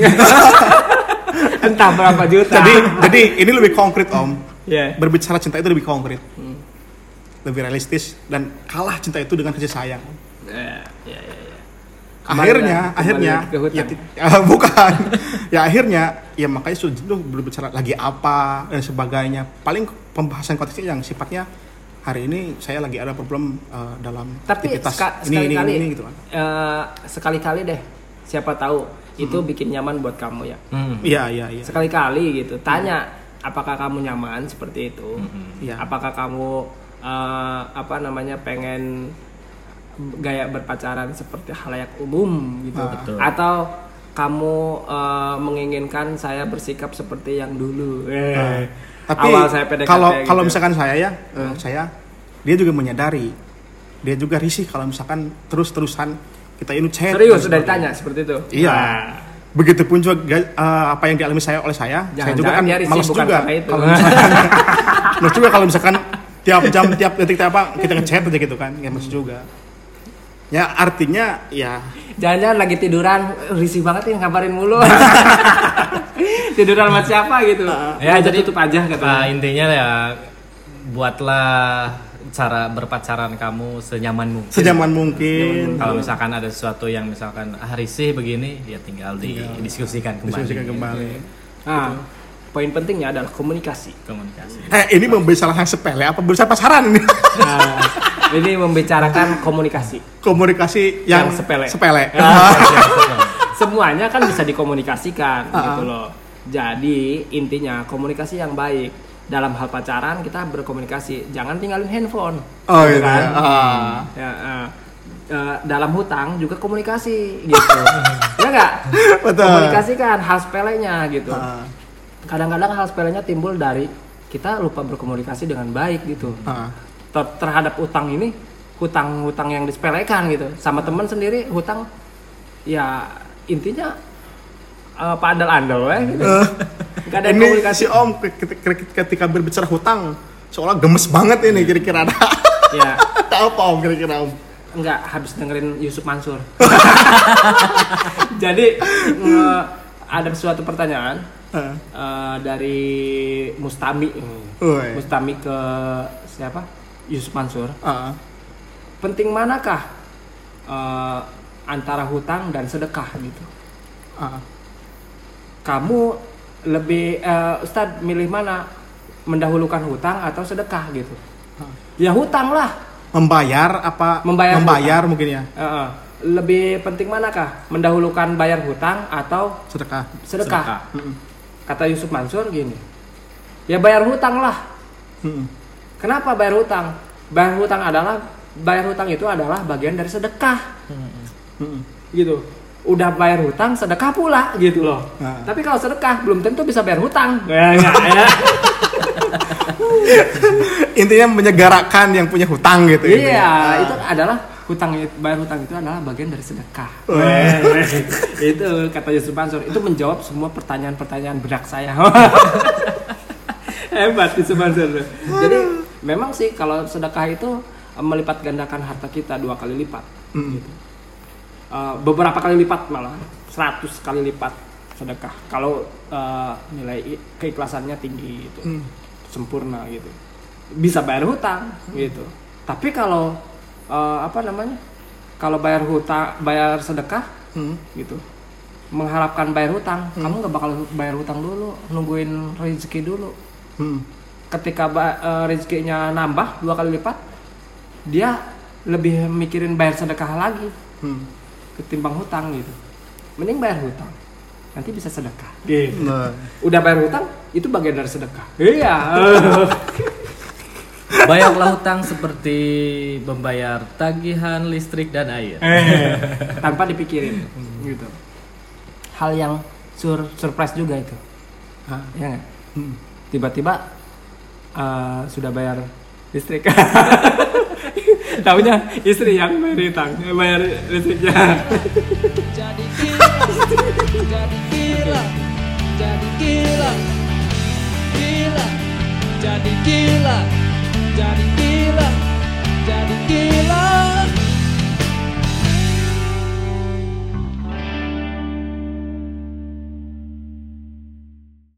Speaker 1: Entah berapa juta.
Speaker 2: Jadi jadi ini lebih konkret Om.
Speaker 1: Yeah.
Speaker 2: Berbicara cinta itu lebih konkret, hmm. lebih realistis dan kalah cinta itu dengan kasih sayang. Yeah, yeah, yeah, yeah. Akhirnya, kembali akhirnya, ya, uh, bukan. Ya akhirnya, ya makanya sudah jenuh berbicara lagi apa dan sebagainya. Paling pembahasan konteksnya yang sifatnya hari ini saya lagi ada problem uh, dalam
Speaker 1: tapi aktivitas ska- ini, sekali-kali, ini, ini gitu kan. Uh, sekali-kali deh, siapa tahu hmm. itu bikin nyaman buat kamu ya.
Speaker 2: Iya, hmm. iya, iya.
Speaker 1: Sekali-kali gitu, tanya hmm. apakah kamu nyaman seperti itu?
Speaker 2: Hmm. Ya.
Speaker 1: Apakah kamu uh, apa namanya pengen gaya berpacaran seperti halayak umum gitu?
Speaker 2: Ah.
Speaker 1: Atau kamu uh, menginginkan saya bersikap seperti yang dulu?
Speaker 2: Ah.
Speaker 1: Eh.
Speaker 2: Tapi kalau kalau gitu. Misalkan saya ya, hmm. saya dia juga menyadari, dia juga risih kalau misalkan terus-terusan kita ini chat.
Speaker 1: Serius sudah ditanya seperti itu.
Speaker 2: Iya. Nah. Begitupun juga uh, apa yang dialami saya oleh saya, jangan, saya juga kan malas juga. Kalau misalkan, malas juga kalau misalkan tiap jam tiap detik tiap apa kita ngechat aja gitu kan, ya malas juga. Ya artinya ya.
Speaker 1: Jangan-jangan lagi tiduran risih banget nih ngabarin mulu. Tiduran sama siapa gitu. Uh, ya jadi tutup aja kata.
Speaker 3: Uh, intinya ya buatlah cara berpacaran kamu senyaman mungkin.
Speaker 2: Senyaman mungkin.
Speaker 3: Kalau misalkan ada sesuatu yang misalkan ah risih begini, ya tinggal, tinggal. didiskusikan kembali.
Speaker 2: Diskusikan kembali.
Speaker 1: Nah, gitu. Poin pentingnya adalah komunikasi.
Speaker 3: Komunikasi.
Speaker 2: Eh ini membicarakan sepele apa berbicara pasaran ini?
Speaker 1: Nah, ini membicarakan komunikasi.
Speaker 2: Komunikasi yang, yang
Speaker 1: sepele.
Speaker 2: Sepele.
Speaker 1: Semuanya kan bisa dikomunikasikan uh-huh. gitu loh. Jadi intinya komunikasi yang baik. Dalam hal pacaran kita berkomunikasi, jangan tinggalin handphone.
Speaker 2: Oh gitu kan?
Speaker 1: Uh. Ya, uh, uh, dalam hutang juga komunikasi gitu. Ya nggak? Komunikasikan hal sepelenya gitu. Uh. Kadang-kadang hal sepelenya timbul dari kita lupa berkomunikasi dengan baik gitu. Uh. Ter- terhadap utang ini, hutang-hutang yang disepelekan gitu. Sama teman sendiri hutang, ya intinya uh, pandal-andal ya gitu. Uh. Gak ada
Speaker 2: ini
Speaker 1: komunikasi.
Speaker 2: Si Om ketika berbicara hutang seolah gemes banget ini kira-kira ada.
Speaker 1: Ya.
Speaker 2: Tahu apa Om kira-kira Om?
Speaker 1: Enggak, habis dengerin Yusuf Mansur. Jadi uh, ada suatu pertanyaan uh. Uh, dari Mustami.
Speaker 2: Uh.
Speaker 1: Mustami ke siapa? Yusuf Mansur.
Speaker 2: Uh.
Speaker 1: penting manakah uh, antara hutang dan sedekah gitu?
Speaker 2: Ah.
Speaker 1: Kamu lebih uh, Ustadz milih mana? Mendahulukan hutang atau sedekah gitu?
Speaker 2: Ah.
Speaker 1: Ya hutang lah.
Speaker 2: Membayar apa?
Speaker 1: Membayar,
Speaker 2: membayar mungkin ya.
Speaker 1: Uh, uh. Lebih penting manakah? Mendahulukan bayar hutang atau
Speaker 2: Sedekah.
Speaker 1: sedekah?
Speaker 3: Sedekah.
Speaker 2: Mm-mm.
Speaker 1: Kata Yusuf Mansur gini, ya bayar hutang lah.
Speaker 2: Mm-mm.
Speaker 1: Kenapa bayar hutang? Bayar hutang adalah bayar hutang itu adalah bagian dari sedekah,
Speaker 2: Mm-mm.
Speaker 1: gitu. Udah bayar hutang, sedekah pula, gitu loh.
Speaker 2: Nah.
Speaker 1: Tapi kalau sedekah belum tentu bisa bayar hutang. Ya, ya, ya.
Speaker 2: Intinya menyegarakan yang punya hutang gitu.
Speaker 1: Iya,
Speaker 2: intinya.
Speaker 1: itu adalah hutang, bayar hutang itu adalah bagian dari sedekah. Itu kata Yusuf Mansur, itu menjawab semua pertanyaan-pertanyaan benak saya. Hebat Yusuf Mansur. Jadi memang sih kalau sedekah itu melipat gandakan harta kita dua kali lipat.
Speaker 2: Mm.
Speaker 1: Gitu. Uh, beberapa kali lipat malah seratus kali lipat sedekah. Kalau uh, nilai keikhlasannya tinggi gitu.
Speaker 2: Mm.
Speaker 1: Sempurna gitu. Bisa bayar hutang gitu. Tapi kalau uh, apa namanya? Kalau bayar hutang, bayar sedekah
Speaker 2: Mm.
Speaker 1: gitu. Mengharapkan bayar hutang,
Speaker 2: Hmm.
Speaker 1: kamu nggak bakal bayar hutang dulu, nungguin rezeki dulu.
Speaker 2: Mm.
Speaker 1: Ketika ba- uh, rezekinya nambah dua kali lipat, dia lebih mikirin bayar sedekah lagi
Speaker 2: Mm.
Speaker 1: ketimbang hutang gitu. Mending bayar hutang, nanti bisa sedekah. Gitu.
Speaker 2: Nah.
Speaker 1: Udah bayar hutang, itu bagian dari sedekah. Iya.
Speaker 3: Bayarlah hutang seperti membayar tagihan listrik dan air.
Speaker 1: Eh, tanpa dipikirin, gitu. Hal yang sur surprise juga itu,
Speaker 2: Ah.
Speaker 1: ya nggak?
Speaker 2: Mm.
Speaker 1: Tiba-tiba uh, sudah bayar listrik. Taunya istri yang bayar hutang, bayar listriknya.
Speaker 4: Jadi gila, jadi gila, jadi gila, gila, jadi gila, jadi